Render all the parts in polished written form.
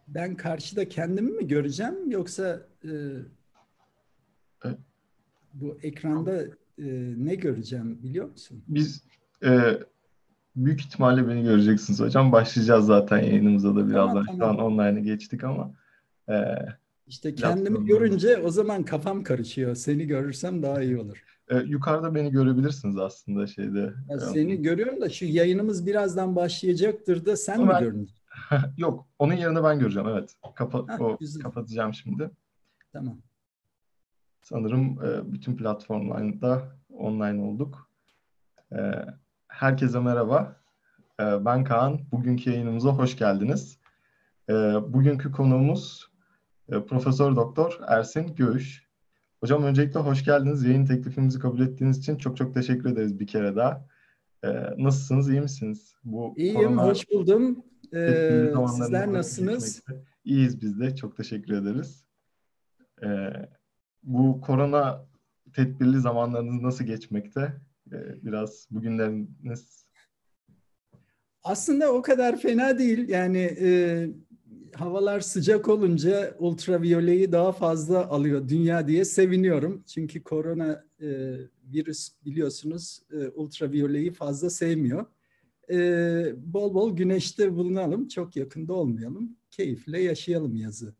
Ben karşıda kendimi mi göreceğim yoksa E, bu ekranda ne göreceğim biliyor musun? Biz e, büyük ihtimalle beni göreceksiniz hocam. Başlayacağız zaten yayınımıza da Tamam birazdan. Şu an tamam. online'a geçtik ama e, İşte kendimi platformlarımız. görünce o zaman kafam karışıyor. Seni görürsem daha iyi olur. Yukarıda beni görebilirsiniz aslında şeyde. Ya seni görüyorum da şu yayınımız birazdan başlayacaktır da sen Onu mi ben görüneceksin? yok. Onun yerine ben göreceğim. Evet. Ha, güzel. Kapatacağım şimdi. Tamam. Sanırım bütün platformlarda online olduk. E, Herkese merhaba. Ben Kaan. Bugünkü yayınımıza hoş geldiniz. Bugünkü konuğumuz Profesör Doktor Ersin Göğüş. Hocam öncelikle hoş geldiniz. Yayın teklifimizi kabul ettiğiniz için çok çok teşekkür ederiz bir kere daha. Nasılsınız, iyi misiniz? Bu İyiyim, korona hoş buldum. tedbirli Sizler zamanlarında nasıl nasılsınız? geçmekte? İyiyiz biz de. Çok teşekkür ederiz. Ee, Bu korona tedbirli zamanlarınız nasıl geçmekte? Biraz bugünleriniz... Aslında o kadar fena değil. Yani havalar sıcak olunca ultraviyoleyi daha fazla alıyor dünya diye seviniyorum. Çünkü korona virüs biliyorsunuz ultraviyoleyi fazla sevmiyor. Bol bol güneşte bulunalım, çok yakında olmayalım. Keyifle yaşayalım yazı.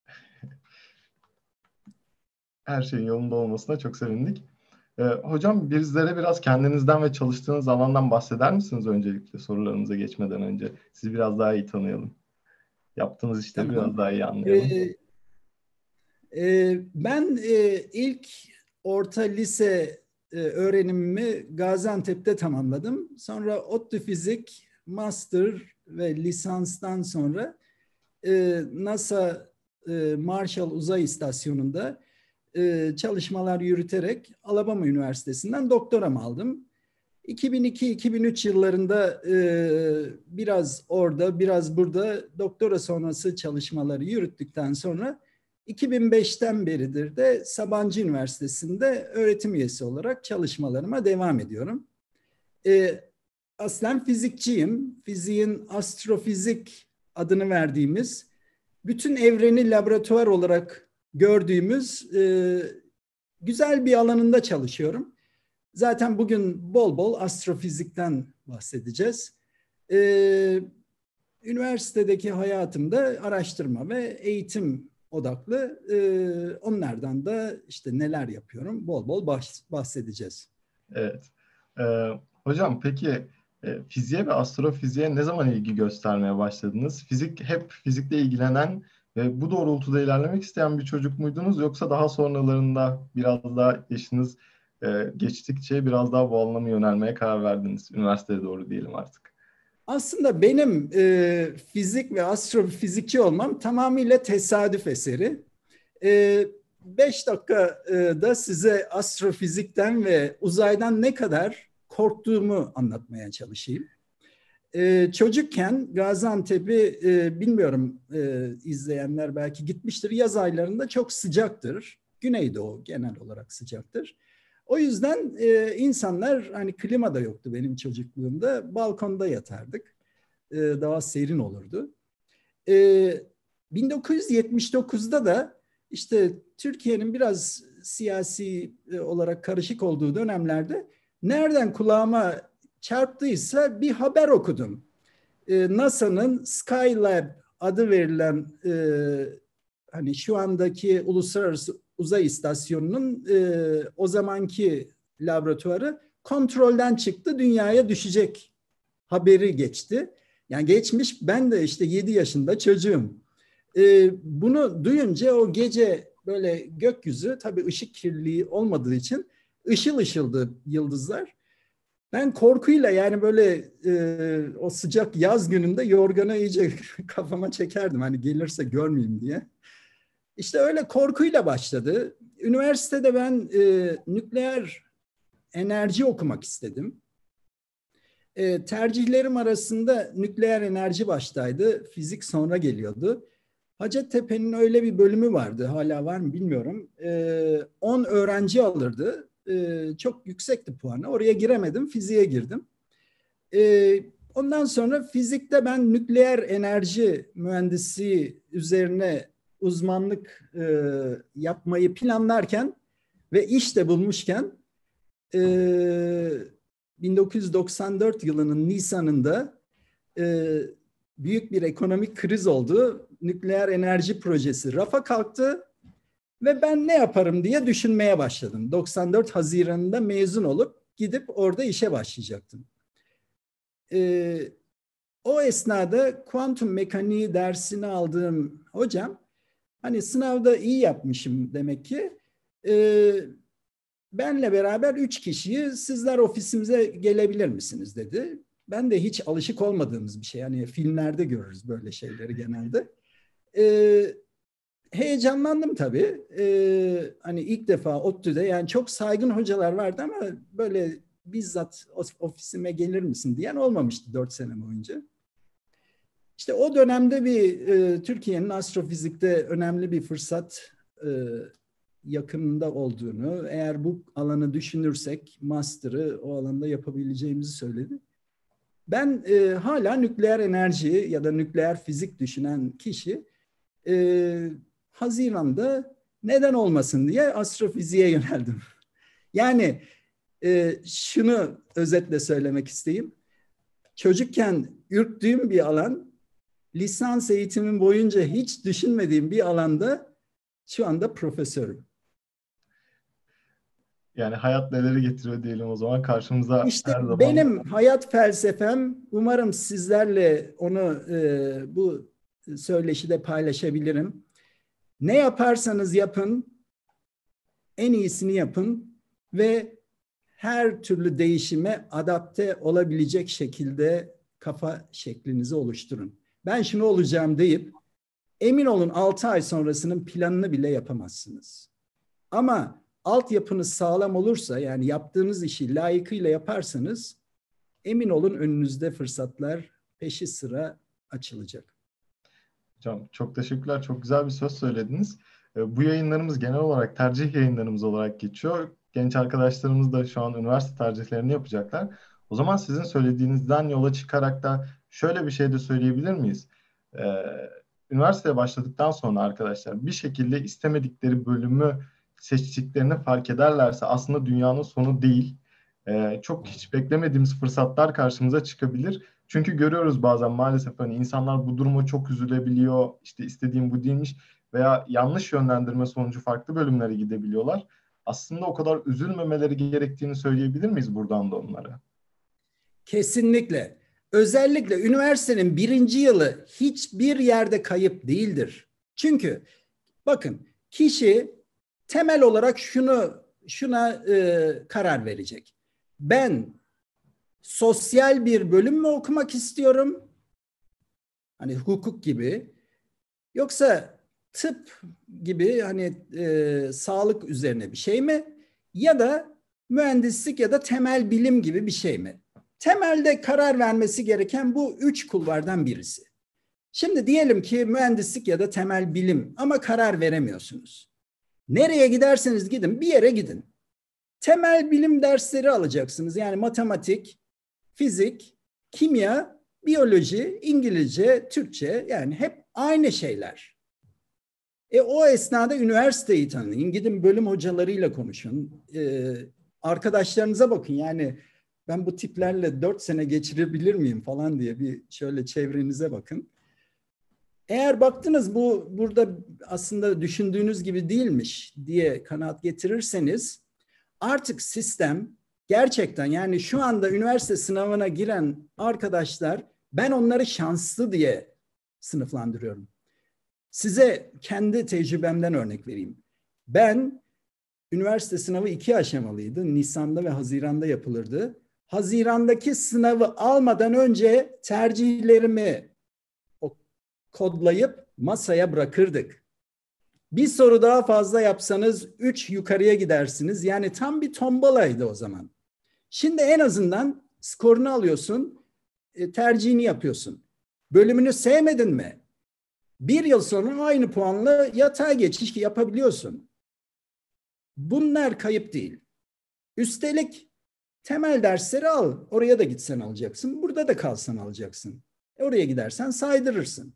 Her şeyin yolunda olmasına çok sevindik. Hocam bizlere biraz kendinizden ve çalıştığınız alandan bahseder misiniz öncelikle sorularımıza geçmeden önce? Sizi biraz daha iyi tanıyalım. Yaptığınız işleri biraz Tamam. daha iyi anlayalım. Ee, Ben ilk orta lise öğrenimimi Gaziantep'te tamamladım. Sonra ODTÜ Fizik, Master ve lisanstan sonra NASA Marshall Uzay İstasyonu'nda çalışmalar yürüterek Alabama Üniversitesi'nden doktoramı aldım. 2002-2003 yıllarında biraz orada, biraz burada doktora sonrası çalışmaları yürüttükten sonra 2005'ten beridir de Sabancı Üniversitesi'nde öğretim üyesi olarak çalışmalarıma devam ediyorum. Aslen fizikçiyim. Fiziğin astrofizik adını verdiğimiz, bütün evreni laboratuvar olarak gördüğümüz güzel bir alanında çalışıyorum. Zaten bugün bol bol astrofizikten bahsedeceğiz. Üniversitedeki hayatımda araştırma ve eğitim odaklı. Onlardan da işte neler yapıyorum bol bol bahsedeceğiz. Evet. Hocam peki fiziğe ve astrofiziğe ne zaman ilgi göstermeye başladınız? Hep fizikle ilgilenen ve bu doğrultuda ilerlemek isteyen bir çocuk muydunuz? Yoksa daha sonralarında biraz daha yaşınız geçtikçe biraz daha bu alana mı yönelmeye karar verdiniz? Üniversiteye doğru diyelim artık. Aslında benim fizik ve astrofizikçi olmam tamamıyla tesadüf eseri. 5 dakikada size astrofizikten ve uzaydan ne kadar korktuğumu anlatmaya çalışayım. Çocukken Gaziantep'i bilmiyorum, izleyenler belki gitmiştir. Yaz aylarında çok sıcaktır. Güneydoğu genel olarak sıcaktır. O yüzden insanlar, hani klima da yoktu benim çocukluğumda, balkonda yatardık. Daha serin olurdu. 1979'da da işte Türkiye'nin biraz siyasi olarak karışık olduğu dönemlerde nereden kulağıma çarptıysa bir haber okudum. NASA'nın Skylab adı verilen hani şu andaki Uluslararası Uzay İstasyonu'nun o zamanki laboratuvarı kontrolden çıktı, dünyaya düşecek haberi geçti. Yani geçmiş, ben de işte 7 yaşında çocuğum. Bunu duyunca o gece böyle gökyüzü, tabii ışık kirliliği olmadığı için ışıl ışıldı yıldızlar. Ben korkuyla, yani böyle o sıcak yaz gününde yorganı iyice kafama çekerdim, hani gelirse görmeyeyim diye. İşte öyle korkuyla başladı. Üniversitede ben nükleer enerji okumak istedim. Tercihlerim arasında nükleer enerji baştaydı, fizik sonra geliyordu. Hacettepe'nin öyle bir bölümü vardı, hala var mı bilmiyorum. 10 öğrenci alırdı. Çok yüksekti puanı. Oraya giremedim, fiziğe girdim. Ondan sonra fizikte ben nükleer enerji mühendisliği üzerine uzmanlık yapmayı planlarken ve iş de bulmuşken 1994 yılının Nisan'ında büyük bir ekonomik kriz oldu. Nükleer enerji projesi rafa kalktı ve ben ne yaparım diye düşünmeye başladım. 94 Haziran'ında mezun olup gidip orada işe başlayacaktım. O esnada kuantum mekaniği dersini aldığım hocam, hani sınavda iyi yapmışım demek ki, benle beraber 3 kişiyi sizler ofisimize gelebilir misiniz dedi. Ben de hiç alışık olmadığımız bir şey. Yani filmlerde görürüz böyle şeyleri genelde. Heyecanlandım tabii. Hani ilk defa ODTÜ'de, yani çok saygın hocalar vardı ama böyle bizzat ofisime gelir misin diyen olmamıştı 4 sene boyunca. İşte o dönemde Türkiye'nin astrofizikte önemli bir fırsat yakınında olduğunu, eğer bu alanı düşünürsek master'ı o alanda yapabileceğimizi söyledi. Ben hala nükleer enerji ya da nükleer fizik düşünen kişi Haziran'da neden olmasın diye astrofiziğe yöneldim. Yani şunu özetle söylemek isteyeyim. Çocukken ürktüğüm bir alan, lisans eğitimim boyunca hiç düşünmediğim bir alanda şu anda profesörüm. Yani hayat neleri getiriyor diyelim o zaman karşımıza İşte her zaman. benim hayat felsefem, umarım sizlerle onu bu söyleşide paylaşabilirim. Ne yaparsanız yapın, en iyisini yapın ve her türlü değişime adapte olabilecek şekilde kafa şeklinizi oluşturun. Ben şunu olacağım deyip emin olun 6 ay sonrasının planını bile yapamazsınız. Ama altyapınız sağlam olursa, yani yaptığınız işi layıkıyla yaparsanız emin olun önünüzde fırsatlar peşi sıra açılacak. Hocam çok teşekkürler. Çok güzel bir söz söylediniz. Bu yayınlarımız genel olarak tercih yayınlarımız olarak geçiyor. Genç arkadaşlarımız da şu an üniversite tercihlerini yapacaklar. O zaman sizin söylediğinizden yola çıkarak da şöyle bir şey de söyleyebilir miyiz? Üniversiteye başladıktan sonra arkadaşlar bir şekilde istemedikleri bölümü seçtiklerini fark ederlerse aslında dünyanın sonu değil. Çok hiç beklemediğimiz fırsatlar karşımıza çıkabilir. Çünkü görüyoruz bazen maalesef hani insanlar bu duruma çok üzülebiliyor. İşte istediğim bu değilmiş veya yanlış yönlendirme sonucu farklı bölümlere gidebiliyorlar. Aslında o kadar üzülmemeleri gerektiğini söyleyebilir miyiz buradan da onlara? Kesinlikle. Özellikle üniversitenin 1. yılı hiçbir yerde kayıp değildir. Çünkü bakın, kişi temel olarak şuna karar verecek. Ben sosyal bir bölüm mü okumak istiyorum? Hani hukuk gibi. Yoksa tıp gibi, hani sağlık üzerine bir şey mi? Ya da mühendislik ya da temel bilim gibi bir şey mi? Temelde karar vermesi gereken bu 3 kulvardan birisi. Şimdi diyelim ki mühendislik ya da temel bilim ama karar veremiyorsunuz. Nereye giderseniz gidin, bir yere gidin. Temel bilim dersleri alacaksınız. Yani matematik, fizik, kimya, biyoloji, İngilizce, Türkçe, yani hep aynı şeyler. O esnada üniversiteyi tanıyın, gidin bölüm hocalarıyla konuşun, arkadaşlarınıza bakın. Yani ben bu tiplerle 4 sene geçirebilir miyim falan diye bir şöyle çevrenize bakın. Eğer baktınız burada aslında düşündüğünüz gibi değilmiş diye kanaat getirirseniz, artık sistem gerçekten, yani şu anda üniversite sınavına giren arkadaşlar, ben onları şanslı diye sınıflandırıyorum. Size kendi tecrübemden örnek vereyim. Ben üniversite sınavı 2 aşamalıydı. Nisan'da ve Haziran'da yapılırdı. Haziran'daki sınavı almadan önce tercihlerimi kodlayıp masaya bırakırdık. Bir soru daha fazla yapsanız 3 yukarıya gidersiniz. Yani tam bir tombalaydı o zaman. Şimdi en azından skorunu alıyorsun, tercihini yapıyorsun. Bölümünü sevmedin mi? 1 yıl sonra aynı puanla yatay geçiş yapabiliyorsun. Bunlar kayıp değil. Üstelik Temel dersleri al. Oraya da gitsen alacaksın. Burada da kalsan alacaksın. Oraya gidersen saydırırsın.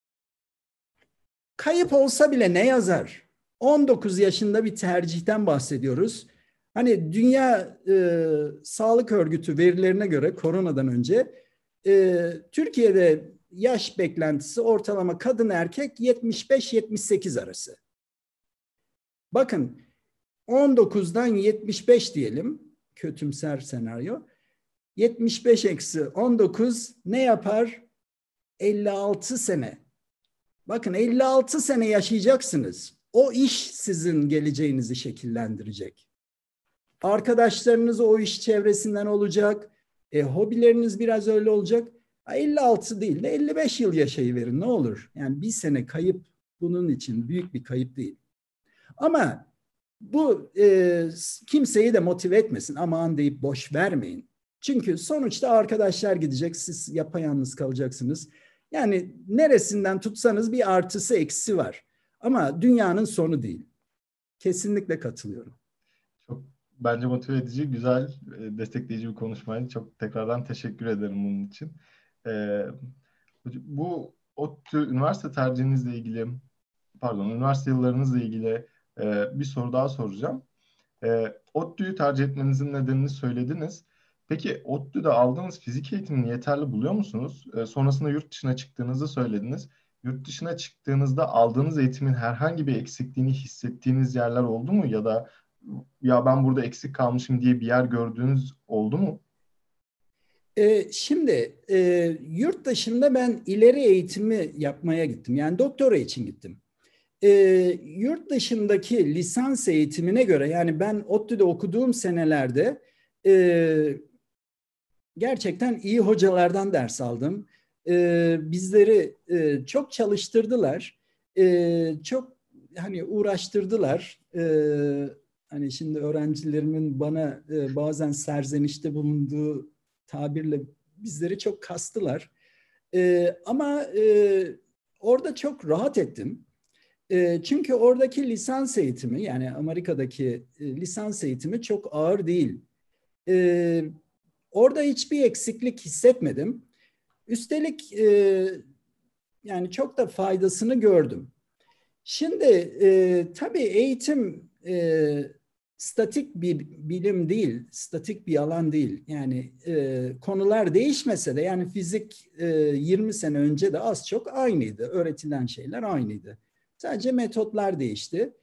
Kayıp olsa bile ne yazar? 19 yaşında bir tercihten bahsediyoruz. Hani Dünya Sağlık Örgütü verilerine göre koronadan önce Türkiye'de yaş beklentisi ortalama kadın erkek 75-78 arası. Bakın 19'dan 75 diyelim, kötümser senaryo. 75 eksi 19 ne yapar? 56 sene. Bakın 56 sene yaşayacaksınız. O iş sizin geleceğinizi şekillendirecek. Arkadaşlarınız o iş çevresinden olacak. Hobileriniz biraz öyle olacak. 56 değil de 55 yıl yaşayıverin ne olur. Yani bir sene kayıp bunun için büyük bir kayıp değil. Ama bu kimseyi de motive etmesin. Aman deyip boş vermeyin. Çünkü sonuçta arkadaşlar gidecek. Siz yapayalnız kalacaksınız. Yani neresinden tutsanız bir artısı eksisi var. Ama dünyanın sonu değil. Kesinlikle katılıyorum. Çok bence motive edici, güzel, destekleyici bir konuşmaydı. Çok tekrardan teşekkür ederim bunun için. Bu ODTÜ üniversite tercihinizle ilgili, üniversite yıllarınızla ilgili bir soru daha soracağım. ODTÜ'yü tercih etmenizin nedenini söylediniz. Peki ODTÜ'de aldığınız fizik eğitimini yeterli buluyor musunuz? Sonrasında yurt dışına çıktığınızı söylediniz. Yurt dışına çıktığınızda aldığınız eğitimin herhangi bir eksikliğini hissettiğiniz yerler oldu mu? Ya da ya ben burada eksik kalmışım diye bir yer gördüğünüz oldu mu? Şimdi yurt dışında ben ileri eğitimi yapmaya gittim. Yani doktora için gittim. Yurt dışındaki lisans eğitimine göre yani ben ODTÜ'de okuduğum senelerde gerçekten iyi hocalardan ders aldım. Bizleri çok çalıştırdılar. Çok hani uğraştırdılar. Hani şimdi öğrencilerimin bana bazen serzenişte bulunduğu tabirle bizleri çok kastılar. Ama orada çok rahat ettim. Çünkü oradaki lisans eğitimi yani Amerika'daki lisans eğitimi çok ağır değil. Orada hiçbir eksiklik hissetmedim. Üstelik yani çok da faydasını gördüm. Şimdi tabii eğitim statik bir bilim değil, statik bir alan değil. Yani konular değişmese de yani fizik 20 sene önce de az çok aynıydı. Öğretilen şeyler aynıydı. Sadece metotlar değişti.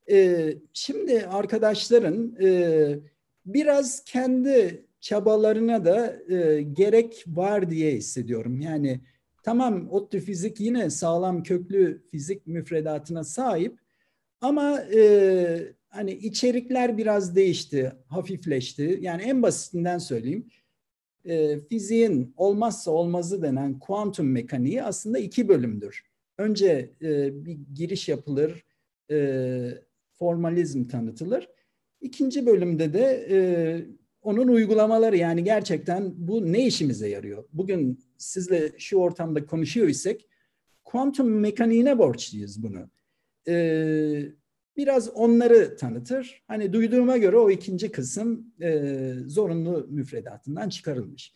Şimdi arkadaşların biraz kendi çabalarına da gerek var diye hissediyorum. Yani tamam ODTÜ fizik yine sağlam köklü fizik müfredatına sahip ama hani içerikler biraz değişti, hafifleşti. Yani en basitinden söyleyeyim. Fiziğin olmazsa olmazı denen kuantum mekaniği aslında 2 bölümdür. Önce bir giriş yapılır, formalizm tanıtılır. İkinci bölümde de onun uygulamaları yani gerçekten bu ne işimize yarıyor? Bugün sizle şu ortamda konuşuyor isek kuantum mekaniğine borçluyuz bunu. Biraz onları tanıtır. Hani duyduğuma göre o ikinci kısım zorunlu müfredatından çıkarılmış.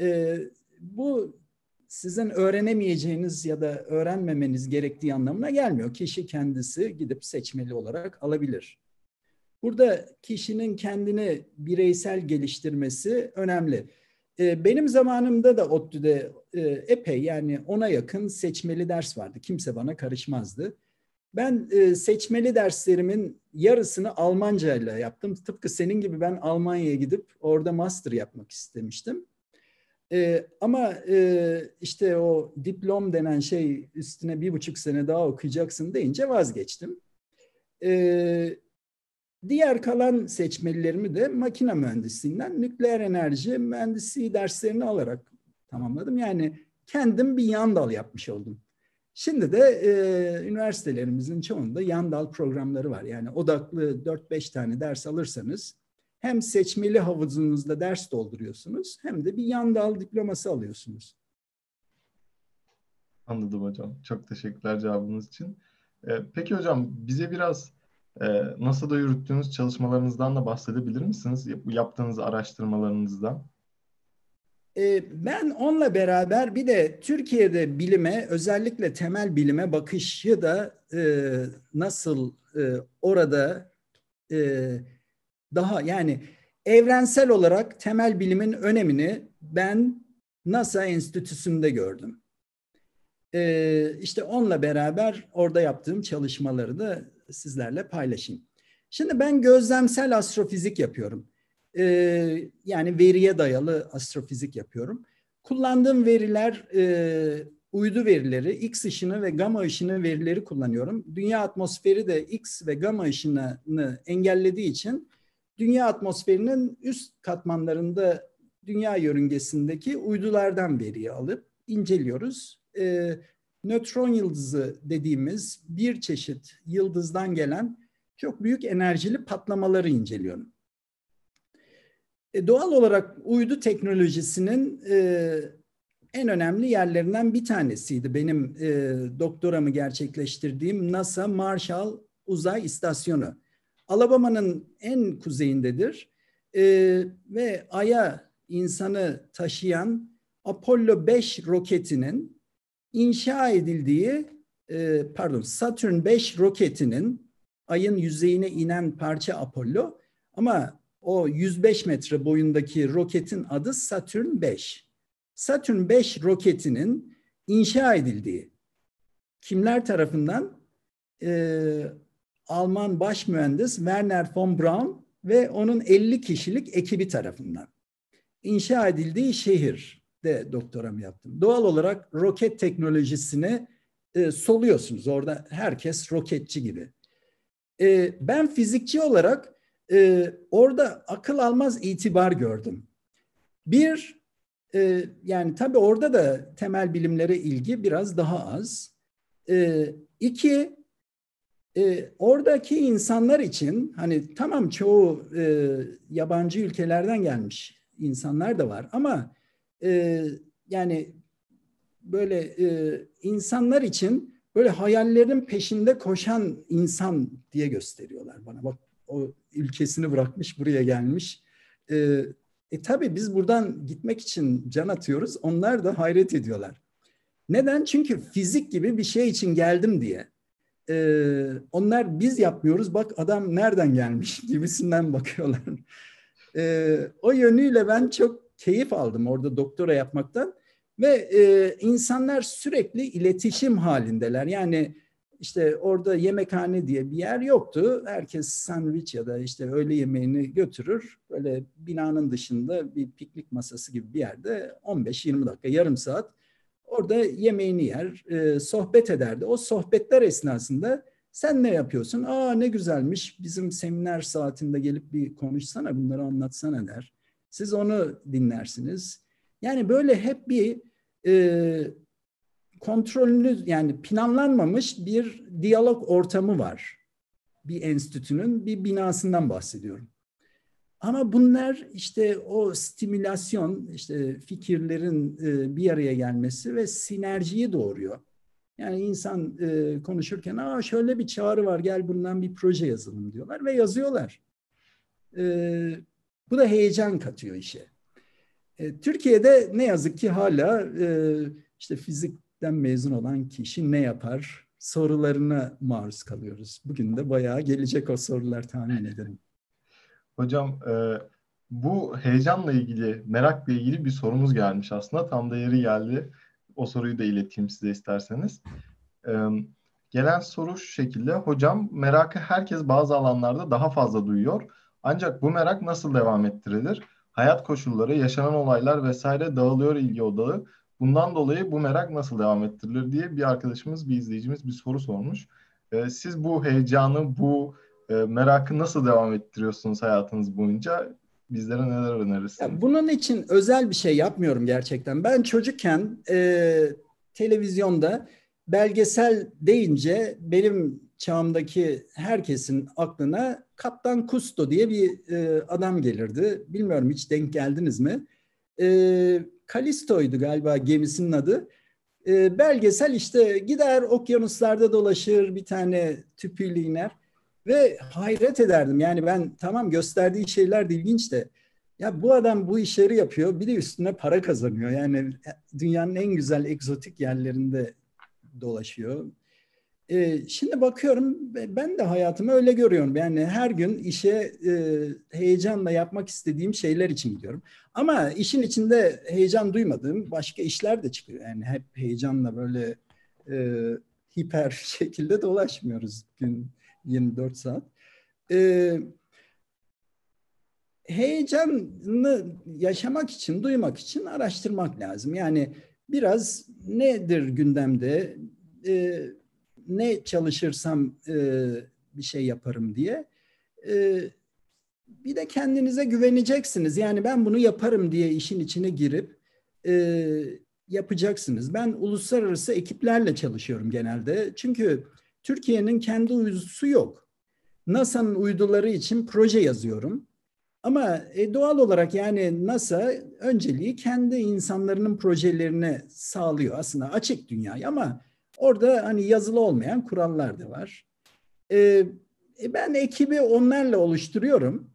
Bu sizin öğrenemeyeceğiniz ya da öğrenmemeniz gerektiği anlamına gelmiyor. Kişi kendisi gidip seçmeli olarak alabilir. Burada kişinin kendini bireysel geliştirmesi önemli. Benim zamanımda da ODTÜ'de epey yani 10'a yakın seçmeli ders vardı. Kimse bana karışmazdı. Ben seçmeli derslerimin yarısını Almanca ile yaptım. Tıpkı senin gibi ben Almanya'ya gidip orada master yapmak istemiştim. Ama işte o diplom denen şey üstüne 1,5 sene daha okuyacaksın deyince vazgeçtim. Diğer kalan seçmelilerimi de makine mühendisliğinden nükleer enerji mühendisliği derslerini alarak tamamladım. Yani kendim bir yan dal yapmış oldum. Şimdi de üniversitelerimizin çoğunda yan dal programları var. Yani odaklı 4-5 tane ders alırsanız hem seçmeli havuzunuzda ders dolduruyorsunuz hem de bir yan dal diploması alıyorsunuz. Anladım hocam. Çok teşekkürler cevabınız için. Peki hocam bize biraz NASA'da yürüttüğünüz çalışmalarınızdan da bahsedebilir misiniz? Bu yaptığınız araştırmalarınızdan. Ben onunla beraber bir de Türkiye'de bilime, özellikle temel bilime bakışı da nasıl orada daha, yani evrensel olarak temel bilimin önemini ben NASA Enstitüsü'nde gördüm. İşte onunla beraber orada yaptığım çalışmaları da sizlerle paylaşayım. Şimdi ben gözlemsel astrofizik yapıyorum. Yani veriye dayalı astrofizik yapıyorum. Kullandığım veriler uydu verileri, X ışını ve gamma ışını verileri kullanıyorum. Dünya atmosferi de X ve gamma ışınını engellediği için dünya atmosferinin üst katmanlarında dünya yörüngesindeki uydulardan veriyi alıp inceliyoruz. Nötron yıldızı dediğimiz bir çeşit yıldızdan gelen çok büyük enerjili patlamaları inceliyorum. Doğal olarak uydu teknolojisinin en önemli yerlerinden bir tanesiydi benim doktoramı gerçekleştirdiğim NASA Marshall Uzay İstasyonu. Alabama'nın en kuzeyindedir ve Ay'a insanı taşıyan Apollo 5 roketinin inşa edildiği, Saturn 5 roketinin Ay'ın yüzeyine inen parça Apollo, ama o 105 metre boyundaki roketin adı Saturn 5. Saturn 5 roketinin inşa edildiği kimler tarafından? Alman baş mühendis Werner von Braun ve onun 50 kişilik ekibi tarafından inşa edildiği şehirde doktoramı yaptım. Doğal olarak roket teknolojisini soluyorsunuz. Orada herkes roketçi gibi. Ben fizikçi olarak orada akıl almaz itibar gördüm. Bir, yani tabii orada da temel bilimlere ilgi biraz daha az. İki, oradaki insanlar için, hani tamam, çoğu yabancı ülkelerden gelmiş insanlar da var ama yani böyle insanlar için böyle hayallerin peşinde koşan insan diye gösteriyorlar bana. Bak, o ülkesini bırakmış buraya gelmiş. Tabii biz buradan gitmek için can atıyoruz. Onlar da hayret ediyorlar. Neden? Çünkü fizik gibi bir şey için geldim diye. Onlar biz yapmıyoruz, bak adam nereden gelmiş gibisinden bakıyorlar. O yönüyle ben çok keyif aldım orada doktora yapmaktan ve insanlar sürekli iletişim halindeler. Yani işte orada yemekhane diye bir yer yoktu. Herkes sandviç ya da işte öğle yemeğini götürür. Böyle binanın dışında bir piknik masası gibi bir yerde 15-20 dakika, yarım saat orada yemeğini yer, sohbet ederdi. O sohbetler esnasında sen ne yapıyorsun? Aa, ne güzelmiş, bizim seminer saatinde gelip bir konuşsana, bunları anlatsana der. Siz onu dinlersiniz. Yani böyle hep bir kontrollü, yani planlanmamış bir diyalog ortamı var. Bir enstitünün bir binasından bahsediyorum. Ama bunlar işte o stimülasyon, işte fikirlerin bir araya gelmesi ve sinerjiyi doğuruyor. Yani insan konuşurken, aa şöyle bir çağrı var, gel bundan bir proje yazalım diyorlar ve yazıyorlar. Bu da heyecan katıyor işe. Türkiye'de ne yazık ki hala işte fizikten mezun olan kişi ne yapar sorularına maruz kalıyoruz. Bugün de bayağı gelecek o sorular, tahmin ederim. Hocam, bu heyecanla ilgili, merakla ilgili bir sorumuz gelmiş aslında. Tam da yeri geldi. O soruyu da ileteyim size isterseniz. Gelen soru şu şekilde. Hocam, merakı herkes bazı alanlarda daha fazla duyuyor. Ancak bu merak nasıl devam ettirilir? Hayat koşulları, yaşanan olaylar vesaire dağılıyor ilgi odağı. Bundan dolayı bu merak nasıl devam ettirilir diye bir arkadaşımız, bir izleyicimiz bir soru sormuş. Siz bu heyecanı, bu merakı nasıl devam ettiriyorsunuz hayatınız boyunca? Bizlere neler önerirsiniz? Ya bunun için özel bir şey yapmıyorum gerçekten. Ben çocukken televizyonda belgesel deyince benim çağımdaki herkesin aklına Kaptan Kusto diye bir adam gelirdi. Bilmiyorum, hiç denk geldiniz mi? Kalisto'ydu galiba gemisinin adı. Belgesel işte gider okyanuslarda dolaşır, bir tane tüpüyle iner. Ve hayret ederdim. Yani ben tamam gösterdiği şeyler de ilginç de ya bu adam bu işleri yapıyor bir de üstüne para kazanıyor. Yani dünyanın en güzel egzotik yerlerinde dolaşıyor. Şimdi bakıyorum ben de hayatımı öyle görüyorum. Yani her gün işe heyecanla yapmak istediğim şeyler için gidiyorum. Ama işin içinde heyecan duymadığım başka işler de çıkıyor. Yani hep heyecanla böyle e, hiper şekilde dolaşmıyoruz gün 24 saat. E, Heyecanını yaşamak için, duymak için araştırmak lazım. Yani biraz nedir gündemde, e, ne çalışırsam bir şey yaparım diye. E, Bir de kendinize güveneceksiniz. Yani ben bunu yaparım diye işin içine girip e, yapacaksınız. Ben uluslararası ekiplerle çalışıyorum genelde. Çünkü Türkiye'nin kendi uydusu yok. NASA'nın uyduları için proje yazıyorum. Ama doğal olarak yani NASA önceliği kendi insanların projelerine sağlıyor. Aslında açık dünyayı ama orada hani yazılı olmayan kurallar da var. E, Ben ekibi onlarla oluşturuyorum.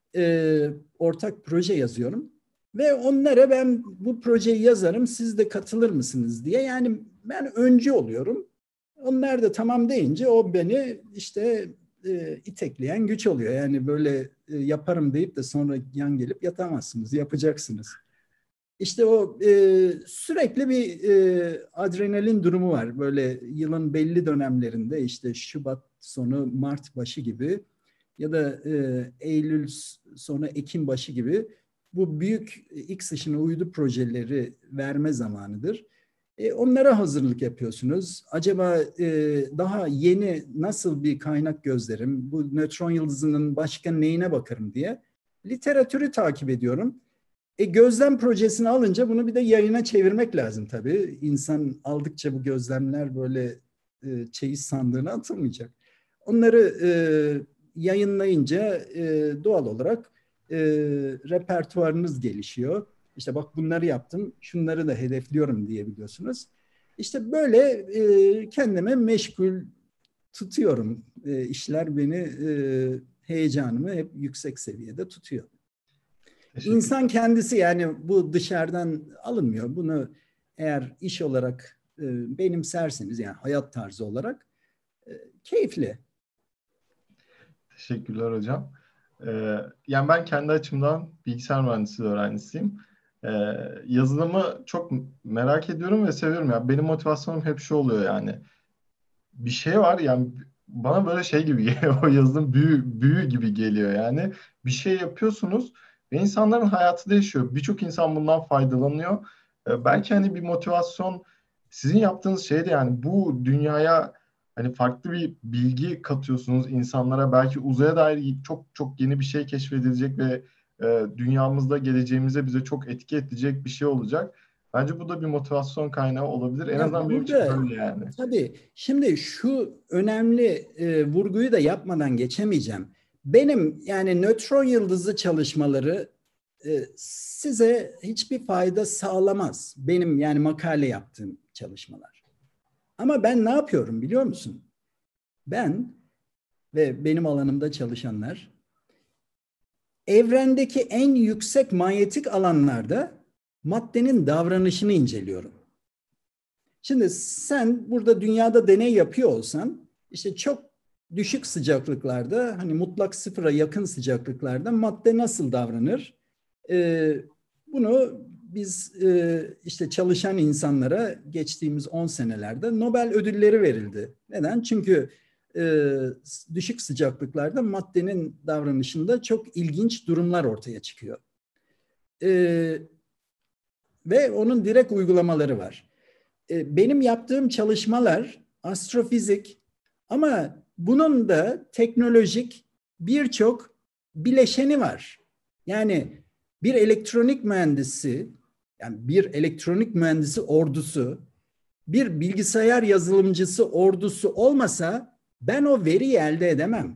Ortak proje yazıyorum. Ve onlara ben bu projeyi yazarım, siz de katılır mısınız diye. Yani ben öncü oluyorum. Onlar da tamam deyince o beni işte itekleyen güç oluyor. Yani böyle yaparım deyip de sonra yan gelip yatamazsınız, yapacaksınız. İşte o sürekli bir adrenalin durumu var. Böyle yılın belli dönemlerinde işte Şubat sonu Mart başı gibi ya da Eylül sonu Ekim başı gibi bu büyük X ışını uydu projeleri verme zamanıdır. Onlara hazırlık yapıyorsunuz. Acaba daha yeni nasıl bir kaynak gözlerim, bu nötron yıldızının başka neyine bakarım diye literatürü takip ediyorum. Gözlem projesini alınca bunu bir de yayına çevirmek lazım tabii. İnsan aldıkça bu gözlemler böyle çeyiz sandığına atılmayacak. Onları yayınlayınca doğal olarak repertuarınız gelişiyor. İşte bak bunları yaptım, şunları da hedefliyorum diyebiliyorsunuz. İşte böyle kendime meşgul tutuyorum. İşler beni, heyecanımı hep yüksek seviyede tutuyor. İnsan Teşekkürler. kendisi yani bu dışarıdan alınmıyor. Bunu eğer iş olarak benimserseniz yani hayat tarzı olarak keyifli. Teşekkürler hocam. Yani ben kendi açımdan bilgisayar mühendisliği öğrencisiyim. Ee, Yazılımı çok merak ediyorum ve seviyorum. Yani benim motivasyonum hep şu oluyor yani. Bir şey var yani bana böyle şey gibi geliyor. O yazılım büyü gibi geliyor yani. Bir şey yapıyorsunuz ve insanların hayatı değişiyor. Birçok insan bundan faydalanıyor. Belki hani bir motivasyon sizin yaptığınız şey de yani bu dünyaya hani farklı bir bilgi katıyorsunuz insanlara. Belki uzaya dair çok çok yeni bir şey keşfedilecek ve dünyamızda geleceğimize bize çok etki edecek bir şey olacak. Bence bu da bir motivasyon kaynağı olabilir. En Ya azından benim için burada böyle yani. tabii şimdi şu önemli vurguyu da yapmadan geçemeyeceğim. Benim yani nötron yıldızı çalışmaları size hiçbir fayda sağlamaz. Benim yani makale yaptığım çalışmalar. Ama ben ne yapıyorum biliyor musun? Ben ve benim alanımda çalışanlar evrendeki en yüksek manyetik alanlarda maddenin davranışını inceliyorum. Şimdi sen burada dünyada deney yapıyor olsan işte çok düşük sıcaklıklarda hani mutlak sıfıra yakın sıcaklıklarda madde nasıl davranır? Bunu biz işte çalışan insanlara geçtiğimiz 10 senelerde Nobel ödülleri verildi. Neden? Çünkü düşük sıcaklıklarda maddenin davranışında çok ilginç durumlar ortaya çıkıyor. E, Ve onun direkt uygulamaları var. Benim yaptığım çalışmalar astrofizik ama bunun da teknolojik birçok bileşeni var. Yani bir elektronik mühendisi, yani bir elektronik mühendisi ordusu, bir bilgisayar yazılımcısı ordusu olmasa ben o veriyi elde edemem.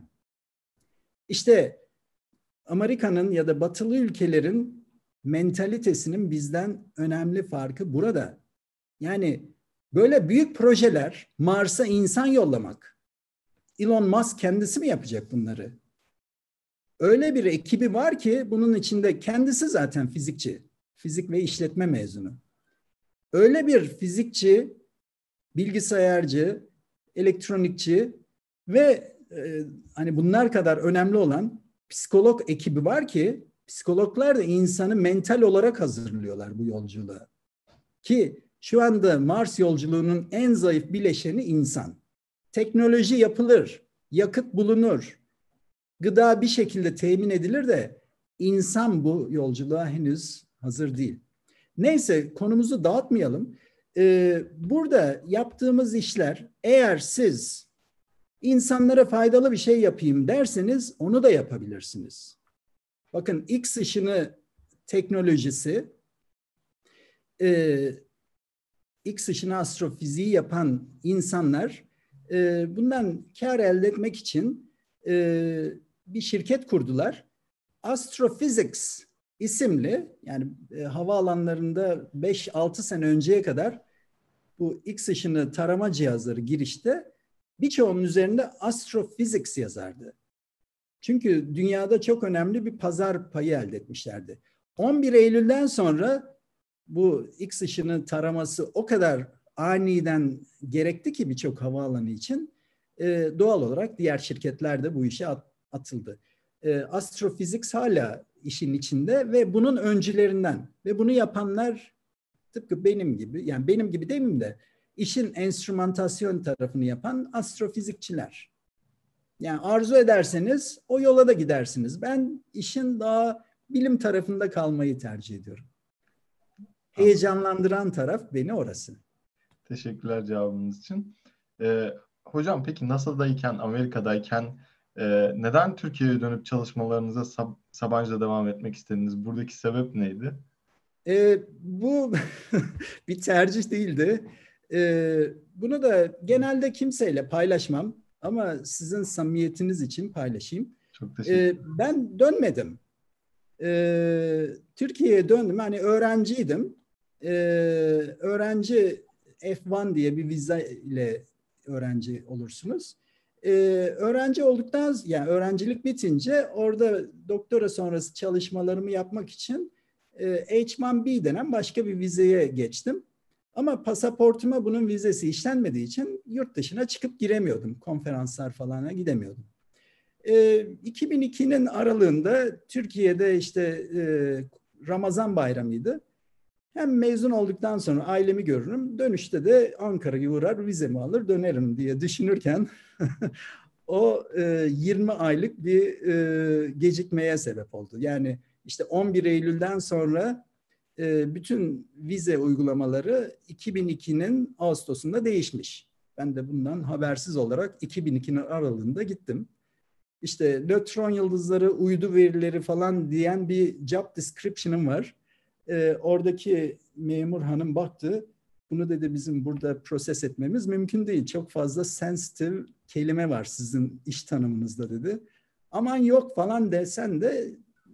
İşte Amerika'nın ya da batılı ülkelerin mentalitesinin bizden önemli farkı burada. Yani böyle büyük projeler, Mars'a insan yollamak, Elon Musk kendisi mi yapacak bunları? Öyle bir ekibi var ki bunun içinde kendisi zaten fizikçi. Fizik ve işletme mezunu. Öyle bir fizikçi, bilgisayarcı, elektronikçi ve hani bunlar kadar önemli olan psikolog ekibi var ki psikologlar da insanı mental olarak hazırlıyorlar bu yolculuğa. Ki şu anda Mars yolculuğunun en zayıf bileşeni insan. Teknoloji yapılır, yakıt bulunur, gıda bir şekilde temin edilir de insan bu yolculuğa henüz hazır değil. Neyse konumuzu dağıtmayalım. Burada yaptığımız işler eğer siz insanlara faydalı bir şey yapayım derseniz onu da yapabilirsiniz. Bakın X ışını teknolojisi X ışını astrofiziği yapan insanlar bundan kar elde etmek için bir şirket kurdular. Astrophysics isimli yani havaalanlarında 5-6 sene önceye kadar bu X ışını tarama cihazları girişte birçoğunun üzerinde Astrophysics yazardı. Çünkü dünyada çok önemli bir pazar payı elde etmişlerdi. 11 Eylül'den sonra bu X ışını taraması o kadar aniden gerekti ki birçok havaalanı için doğal olarak diğer şirketler de bu işe atıldı. Astrophysics hala işin içinde ve bunun öncülerinden ve bunu yapanlar tıpkı benim gibi yani benim gibi demeyeyim de işin enstrümantasyon tarafını yapan astrofizikçiler. Yani arzu ederseniz o yola da gidersiniz. Ben işin daha bilim tarafında kalmayı tercih ediyorum. Heyecanlandıran taraf beni orası. Teşekkürler cevabınız için. Hocam peki NASA'dayken, Amerika'dayken neden Türkiye'ye dönüp çalışmalarınıza Sabancı'da devam etmek istediniz? Buradaki sebep neydi? Bu bir tercih değildi. Bunu da genelde kimseyle paylaşmam ama sizin samimiyetiniz için paylaşayım. Çok teşekkür ederim. Ben dönmedim. Türkiye'ye döndüm. Hani öğrenciydim. Öğrenci F1 diye bir vize ile öğrenci olursunuz. Öğrenci olduktan yani öğrencilik bitince orada doktora sonrası çalışmalarımı yapmak için H1B denen başka bir vizeye geçtim. Ama pasaportuma bunun vizesi işlenmediği için yurt dışına çıkıp giremiyordum. Konferanslar falana gidemiyordum. 2002'nin aralığında Türkiye'de işte Ramazan bayramıydı. Hem mezun olduktan sonra ailemi görürüm, dönüşte de Ankara'ya uğrar, vizemi alır, dönerim diye düşünürken o 20 aylık bir gecikmeye sebep oldu. Yani işte 11 Eylül'den sonra bütün vize uygulamaları 2002'nin Ağustos'unda değişmiş. Ben de bundan habersiz olarak 2002'nin aralığında gittim. İşte nötron yıldızları, uydu verileri falan diyen bir job description'ım var. Oradaki memur hanım baktı. Bunu dedi bizim burada proses etmemiz mümkün değil. Çok fazla sensitive kelime var sizin iş tanımınızda dedi. Aman yok falan desen de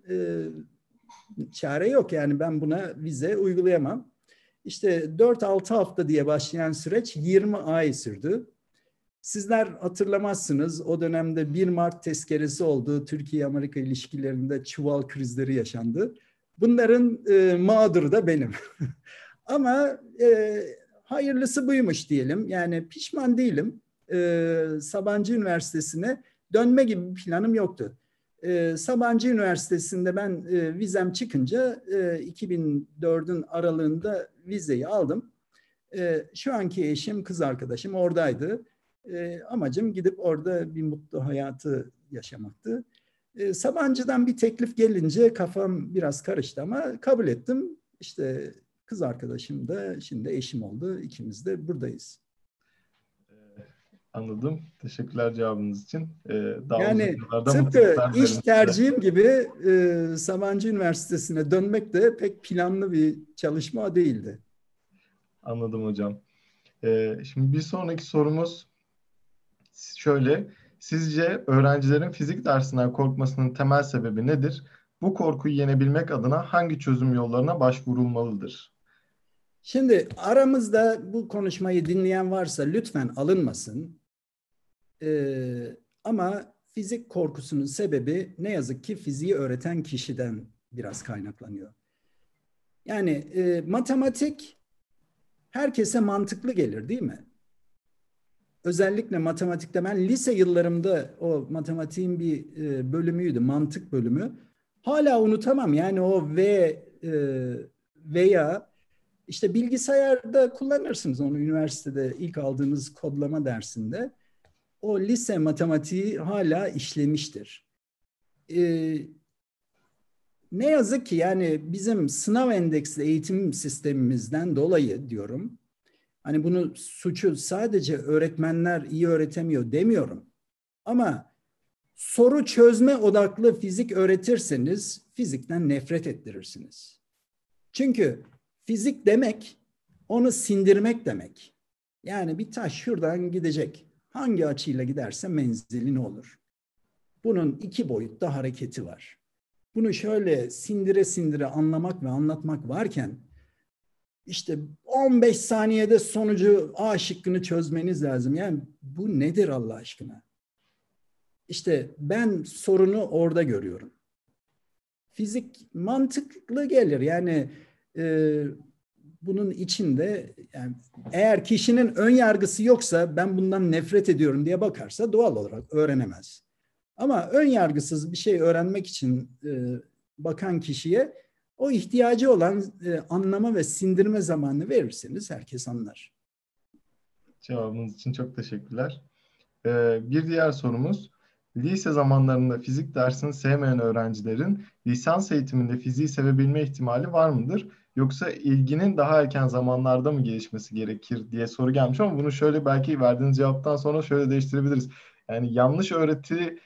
çare yok. Yani ben buna vize uygulayamam. İşte 4-6 hafta diye başlayan süreç 20 ay sürdü. Sizler hatırlamazsınız o dönemde 1 Mart tezkeresi oldu. Türkiye-Amerika ilişkilerinde çuval krizleri yaşandı. Bunların mağduru da benim. Ama hayırlısı buymuş diyelim. Yani pişman değilim. Sabancı Üniversitesi'ne dönme gibi bir planım yoktu. Sabancı Üniversitesi'nde ben vizem çıkınca 2004'ün aralığında vizeyi aldım. Şu anki eşim, kız arkadaşım oradaydı. Amacım gidip orada bir mutlu hayatı yaşamaktı. Sabancı'dan bir teklif gelince kafam biraz karıştı ama kabul ettim. İşte kız arkadaşım da şimdi eşim oldu. İkimiz de buradayız. Anladım. Teşekkürler cevabınız için. Yani tıpkı iş tercihim gibi Sabancı Üniversitesi'ne dönmek de pek planlı bir çalışma değildi. Anladım hocam. Şimdi bir sonraki sorumuz şöyle. Sizce öğrencilerin fizik dersinden korkmasının temel sebebi nedir? Bu korkuyu yenebilmek adına hangi çözüm yollarına başvurulmalıdır? Şimdi aramızda bu konuşmayı dinleyen varsa lütfen alınmasın. Ama fizik korkusunun sebebi ne yazık ki fiziği öğreten kişiden biraz kaynaklanıyor. Yani matematik herkese mantıklı gelir, değil mi? Özellikle matematikte ben lise yıllarımda o matematiğin bir bölümüydü, mantık bölümü. Hala unutamam. Yani o veya işte bilgisayarda kullanırsınız onu üniversitede ilk aldığınız kodlama dersinde. O lise matematiği hala işlemiştir. Ne yazık ki yani bizim sınav endeksli eğitim sistemimizden dolayı diyorum. Hani bunu suçu sadece öğretmenler iyi öğretemiyor demiyorum. Ama soru çözme odaklı fizik öğretirseniz fizikten nefret ettirirsiniz. Çünkü fizik demek onu sindirmek demek. Yani bir taş şuradan gidecek. Hangi açıyla giderse menzili ne olur? Bunun iki boyutta hareketi var. Bunu şöyle sindire sindire anlamak ve anlatmak varken işte 15 saniyede sonucu A şıkkını çözmeniz lazım. Yani bu nedir Allah aşkına? İşte ben sorunu orada görüyorum. Fizik mantıklı gelir. Yani bunun içinde yani eğer kişinin ön yargısı yoksa ben bundan nefret ediyorum diye bakarsa doğal olarak öğrenemez. Ama ön yargısız bir şey öğrenmek için bakan kişiye o ihtiyacı olan anlama ve sindirme zamanını verirseniz herkes anlar. Cevabınız için çok teşekkürler. Bir diğer sorumuz, lise zamanlarında fizik dersini sevmeyen öğrencilerin lisans eğitiminde fiziği sevebilme ihtimali var mıdır? Yoksa ilginin daha erken zamanlarda mı gelişmesi gerekir diye soru gelmiş ama bunu şöyle belki verdiğiniz cevaptan sonra şöyle değiştirebiliriz. Yani yanlış öğreti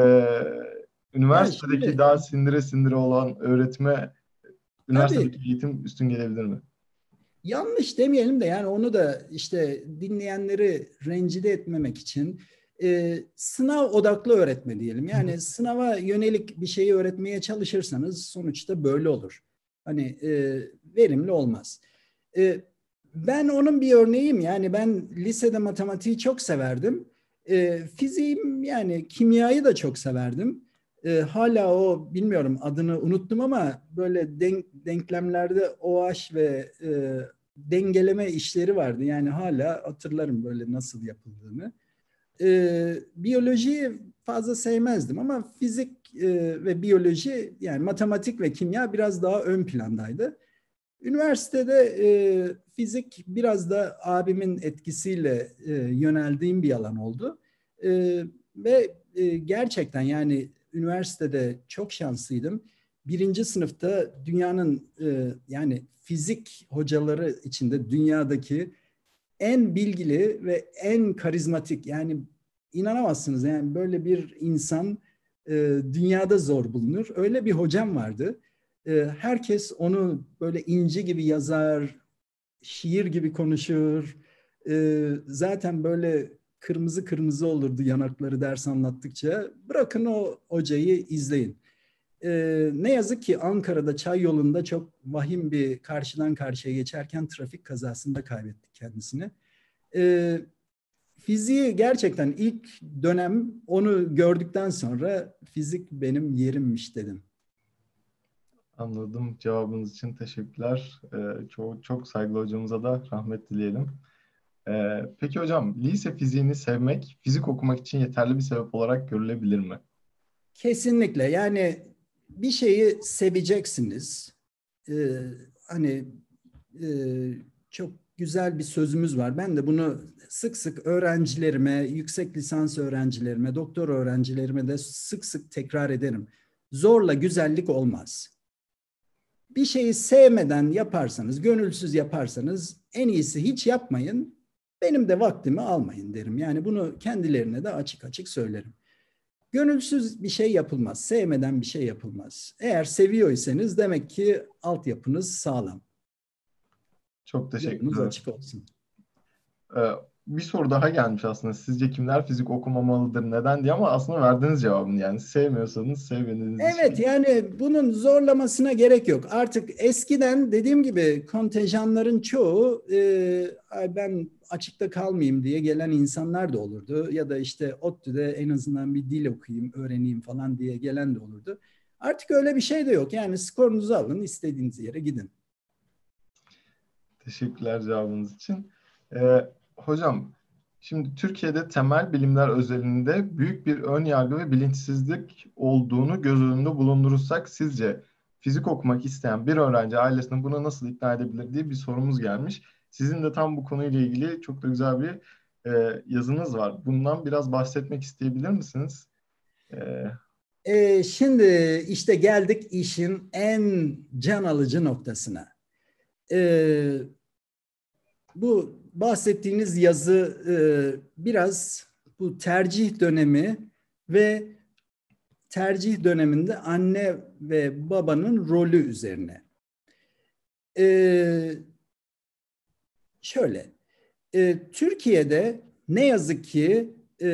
Ya üniversitedeki şimdi daha sindire sindire olan öğretime üniversitedeki tabii eğitim üstün gelebilir mi? yanlış demeyelim de yani onu da işte dinleyenleri rencide etmemek için sınav odaklı öğretme diyelim. Yani sınava yönelik bir şeyi öğretmeye çalışırsanız sonuçta böyle olur. Hani verimli olmaz. Ben onun bir örneğiyim. Yani ben lisede matematiği çok severdim. Fiziğim yani kimyayı da çok severdim. Hala o bilmiyorum adını unuttum ama böyle denklemlerde OH ve dengeleme işleri vardı. Yani hala hatırlarım böyle nasıl yapıldığını. Biyolojiyi fazla sevmezdim ama fizik ve biyoloji yani matematik ve kimya biraz daha ön plandaydı. Üniversitede fizik biraz da abimin etkisiyle yöneldiğim bir alan oldu. Ve gerçekten yani üniversitede çok şanslıydım. Birinci sınıfta dünyanın yani fizik hocaları içinde dünyadaki en bilgili ve en karizmatik yani inanamazsınız yani böyle bir insan dünyada zor bulunur. Öyle bir hocam vardı. Herkes onu böyle inci gibi yazar, şiir gibi konuşur. Zaten böyle kırmızı kırmızı olurdu yanakları ders anlattıkça. Bırakın o hocayı izleyin. Ne yazık ki Ankara'da çay yolunda çok vahim bir karşıdan karşıya geçerken trafik kazasında kaybettik kendisini. Fiziği gerçekten ilk dönem onu gördükten sonra fizik benim yerimmiş dedim. Anladım. Cevabınız için teşekkürler. Çok saygılı hocamıza da rahmet dileyelim. Peki hocam, lise fiziğini sevmek, fizik okumak için yeterli bir sebep olarak görülebilir mi? Kesinlikle yani bir şeyi seveceksiniz. Hani e, çok güzel bir sözümüz var. Ben de bunu sık sık öğrencilerime, yüksek lisans öğrencilerime, doktor öğrencilerime de sık sık tekrar ederim. Zorla güzellik olmaz. Bir şeyi sevmeden yaparsanız, gönülsüz yaparsanız en iyisi hiç yapmayın. Benim de vaktimi almayın derim. Yani bunu kendilerine de açık açık söylerim. Gönülsüz bir şey yapılmaz, sevmeden bir şey yapılmaz. Eğer seviyorsanız demek ki altyapınız sağlam. Çok Yolunuz teşekkürler. açık olsun. Ee, bir soru daha gelmiş aslında. Sizce kimler fizik okumamalıdır, neden diye, ama aslında verdiğiniz cevabını, yani sevmiyorsanız sevmediğiniz Evet, için. yani bunun zorlamasına gerek yok. Artık eskiden dediğim gibi kontenjanların çoğu "Ay ben açıkta kalmayayım" diye gelen insanlar da olurdu. Ya da işte ODTÜ'de en azından bir dil okuyayım, öğreneyim falan diye gelen de olurdu. Artık öyle bir şey de yok. Yani skorunuzu alın, istediğiniz yere gidin. Teşekkürler cevabınız için. Hocam, şimdi Türkiye'de temel bilimler özelinde büyük bir ön yargı ve bilinçsizlik olduğunu göz önünde bulundurursak, sizce fizik okumak isteyen bir öğrenci ailesini buna nasıl ikna edebilir diye bir sorumuz gelmiş. Sizin de tam bu konuyla ilgili çok da güzel bir yazınız var. Bundan biraz bahsetmek isteyebilir misiniz? E, Şimdi işte geldik işin en can alıcı noktasına. Ee, Bu bahsettiğiniz yazı biraz bu tercih dönemi ve tercih döneminde anne ve babanın rolü üzerine. E, Şöyle, Türkiye'de ne yazık ki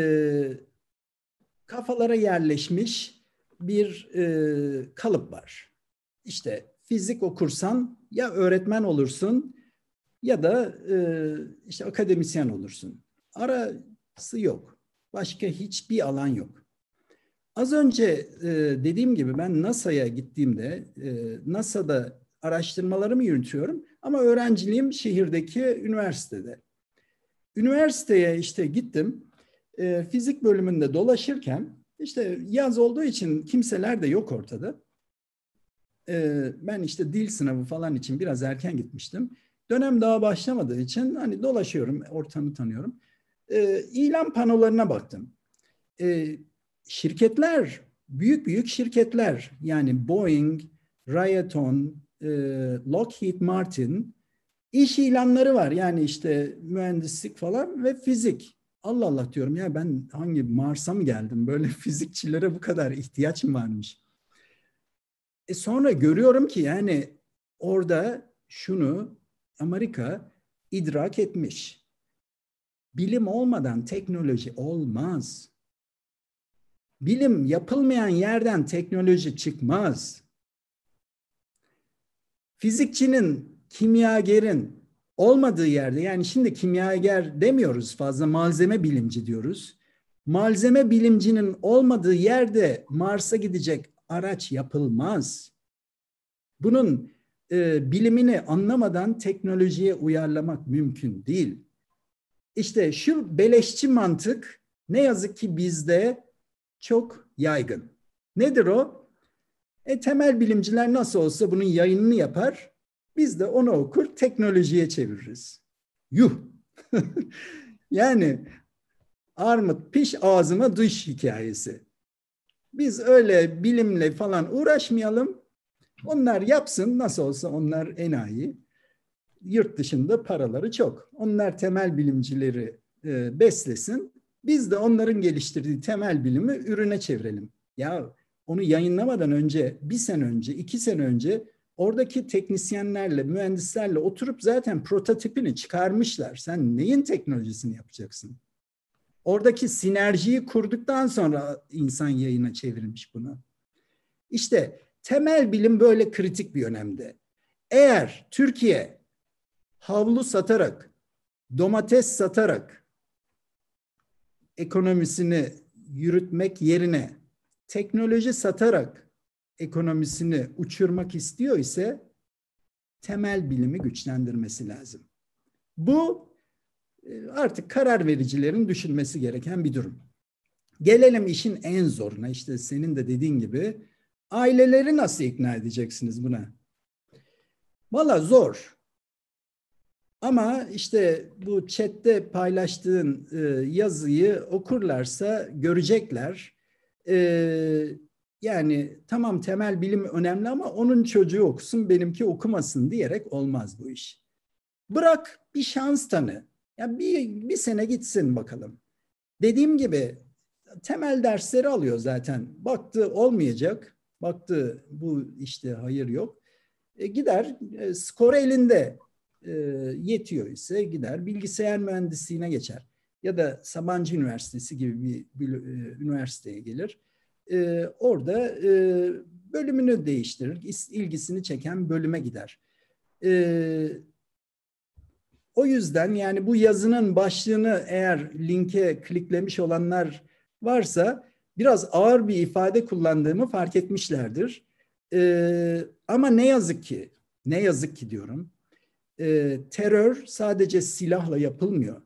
kafalara yerleşmiş bir kalıp var. İşte fizik okursan ya öğretmen olursun ya da işte akademisyen olursun. Arası yok. Başka hiçbir alan yok. Az önce dediğim gibi ben NASA'ya gittiğimde NASA'da araştırmalarımı yürütüyorum ama öğrenciliğim şehirdeki üniversitede. Üniversiteye işte gittim. Fizik bölümünde dolaşırken işte yaz olduğu için kimseler de yok ortada. Ben işte dil sınavı falan için biraz erken gitmiştim. Dönem daha başlamadığı için hani dolaşıyorum, ortamı tanıyorum. İlan panolarına baktım. E, Şirketler, büyük büyük şirketler, yani Boeing, Raytheon, Lockheed Martin iş ilanları var. Yani işte mühendislik falan ve fizik. Allah Allah diyorum ya, ben hangi Mars'a mı geldim? Böyle fizikçilere bu kadar ihtiyaç mı varmış? Sonra görüyorum ki yani orada şunu Amerika idrak etmiş. Bilim olmadan teknoloji olmaz. Bilim yapılmayan yerden teknoloji çıkmaz. Fizikçinin, kimyagerin olmadığı yerde, yani şimdi kimyager demiyoruz fazla, malzeme bilimci diyoruz. Malzeme bilimcinin olmadığı yerde Mars'a gidecek araç yapılmaz. Bunun bilimini anlamadan teknolojiye uyarlamak mümkün değil. İşte şu beleşçi mantık ne yazık ki bizde çok yaygın. Nedir o? Temel bilimciler nasıl olsa bunun yayınını yapar. Biz de onu okur, teknolojiye çeviririz. Yuh! Yani armut piş ağzıma düş hikayesi. Biz öyle bilimle falan uğraşmayalım. Onlar yapsın, nasıl olsa onlar enayi. Yurt dışında paraları çok. Onlar temel bilimcileri beslesin. Biz de onların geliştirdiği temel bilimi ürüne çevirelim. Ya onu yayınlamadan önce, bir sene önce, 2 sene önce oradaki teknisyenlerle, mühendislerle oturup zaten prototipini çıkarmışlar. Sen neyin teknolojisini yapacaksın? Oradaki sinerjiyi kurduktan sonra insan yayına çevirmiş bunu. İşte temel bilim böyle kritik bir önemde. Eğer Türkiye havlu satarak, domates satarak ekonomisini yürütmek yerine teknoloji satarak ekonomisini uçurmak istiyor ise temel bilimi güçlendirmesi lazım. Bu artık karar vericilerin düşünmesi gereken bir durum. Gelelim işin en zoruna, işte senin de dediğin gibi aileleri nasıl ikna edeceksiniz buna? Valla zor. Ama işte bu chatte paylaştığın yazıyı okurlarsa görecekler. Yani tamam, temel bilim önemli ama onun çocuğu okusun, benimki okumasın diyerek olmaz bu iş. Bırak bir şans tanı. Ya bir sene gitsin bakalım. Dediğim gibi temel dersleri alıyor zaten. Baktı olmayacak. Baktı bu işte hayır yok. Gider skor elinde. Yetiyor ise gider bilgisayar mühendisliğine geçer. Ya da Sabancı Üniversitesi gibi bir üniversiteye gelir. Orada bölümünü değiştirir. İlgisini çeken bölüme gider. O yüzden yani bu yazının başlığını eğer linke kliklemiş olanlar varsa biraz ağır bir ifade kullandığımı fark etmişlerdir. Ama ne yazık ki diyorum, terör sadece silahla yapılmıyor.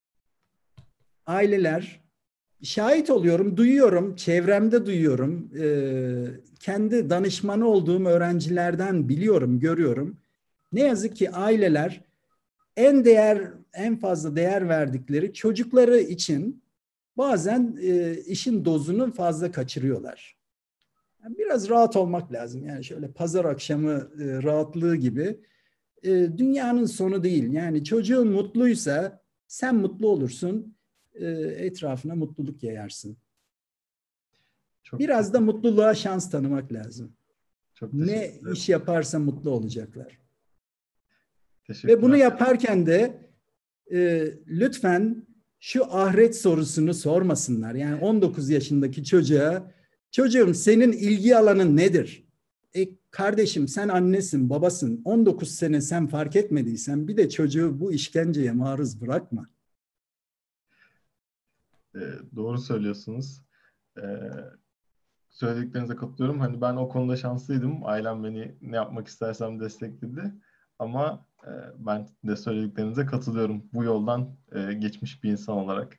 Aileler, şahit oluyorum, duyuyorum, çevremde duyuyorum, kendi danışmanı olduğum öğrencilerden biliyorum, görüyorum. Ne yazık ki aileler en fazla değer verdikleri çocukları için bazen işin dozunu fazla kaçırıyorlar. Yani biraz rahat olmak lazım. Yani şöyle pazar akşamı rahatlığı gibi. Dünyanın sonu değil. Yani çocuğun mutluysa sen mutlu olursun, etrafına mutluluk yayarsın. Biraz da mutluluğa şans tanımak lazım. Ne iş yaparsa mutlu olacaklar. Ve bunu yaparken de lütfen şu ahiret sorusunu sormasınlar. Yani 19 yaşındaki çocuğa, çocuğum senin ilgi alanın nedir? Kardeşim sen annesin, babasın. 19 sene sen fark etmediysen bir de çocuğu bu işkenceye maruz bırakma. Doğru söylüyorsunuz. Söylediklerinize katılıyorum. Hani ben o konuda şanslıydım. Ailem beni ne yapmak istersem destekledi. Ama ben de söylediklerinize katılıyorum. Bu yoldan geçmiş bir insan olarak.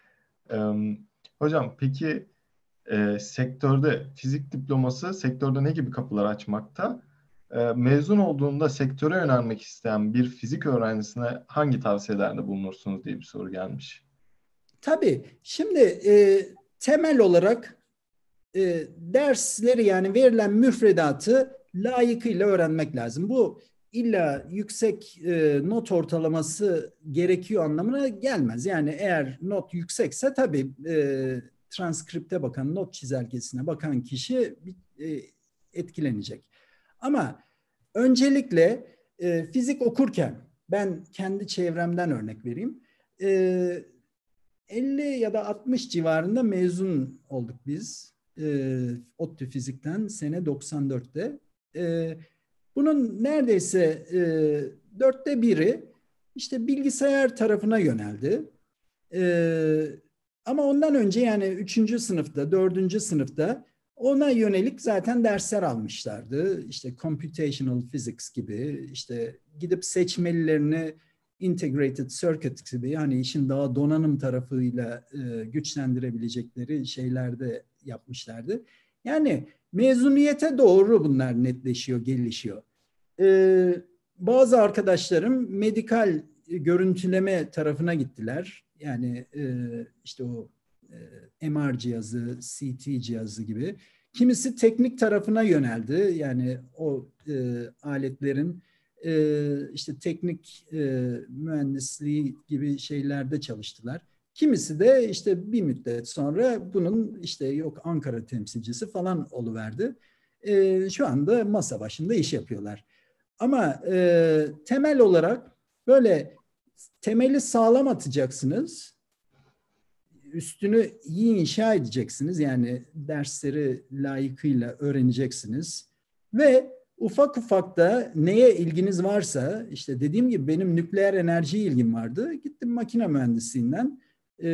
Hocam peki sektörde fizik diploması sektörde ne gibi kapılar açmakta? Mezun olduğunda sektöre yönelmek isteyen bir fizik öğrencisine hangi tavsiyelerde bulunursunuz diye bir soru gelmiş. Tabii. Şimdi temel olarak dersleri yani verilen müfredatı layıkıyla öğrenmek lazım. Bu illa yüksek not ortalaması gerekiyor anlamına gelmez. Yani eğer not yüksekse tabii transkripte bakan, not çizelgesine bakan kişi etkilenecek. Ama öncelikle fizik okurken ben kendi çevremden örnek vereyim. 50 ya da 60 civarında mezun olduk biz. ODTÜ Fizik'ten sene 94'te. Bunun neredeyse 4'te biri işte bilgisayar tarafına yöneldi. Ama ondan önce yani 3. sınıfta, 4. sınıfta ona yönelik zaten dersler almışlardı. İşte computational physics gibi işte gidip seçmelilerini integrated circuit gibi yani işin daha donanım tarafıyla güçlendirebilecekleri şeylerde yapmışlardı. Yani mezuniyete doğru bunlar netleşiyor, gelişiyor. Bazı arkadaşlarım medikal görüntüleme tarafına gittiler. Yani işte o MR cihazı, CT cihazı gibi. Kimisi teknik tarafına yöneldi. Yani o aletlerin işte teknik mühendisliği gibi şeylerde çalıştılar. Kimisi de işte bir müddet sonra bunun işte yok Ankara temsilcisi falan oluverdi. Şu anda masa başında iş yapıyorlar. Ama temel olarak böyle temeli sağlam atacaksınız. Üstünü iyi inşa edeceksiniz. Yani dersleri layıkıyla öğreneceksiniz. Ve ufak ufak da neye ilginiz varsa işte dediğim gibi benim nükleer enerji ilgim vardı. Gittim makine mühendisliğinden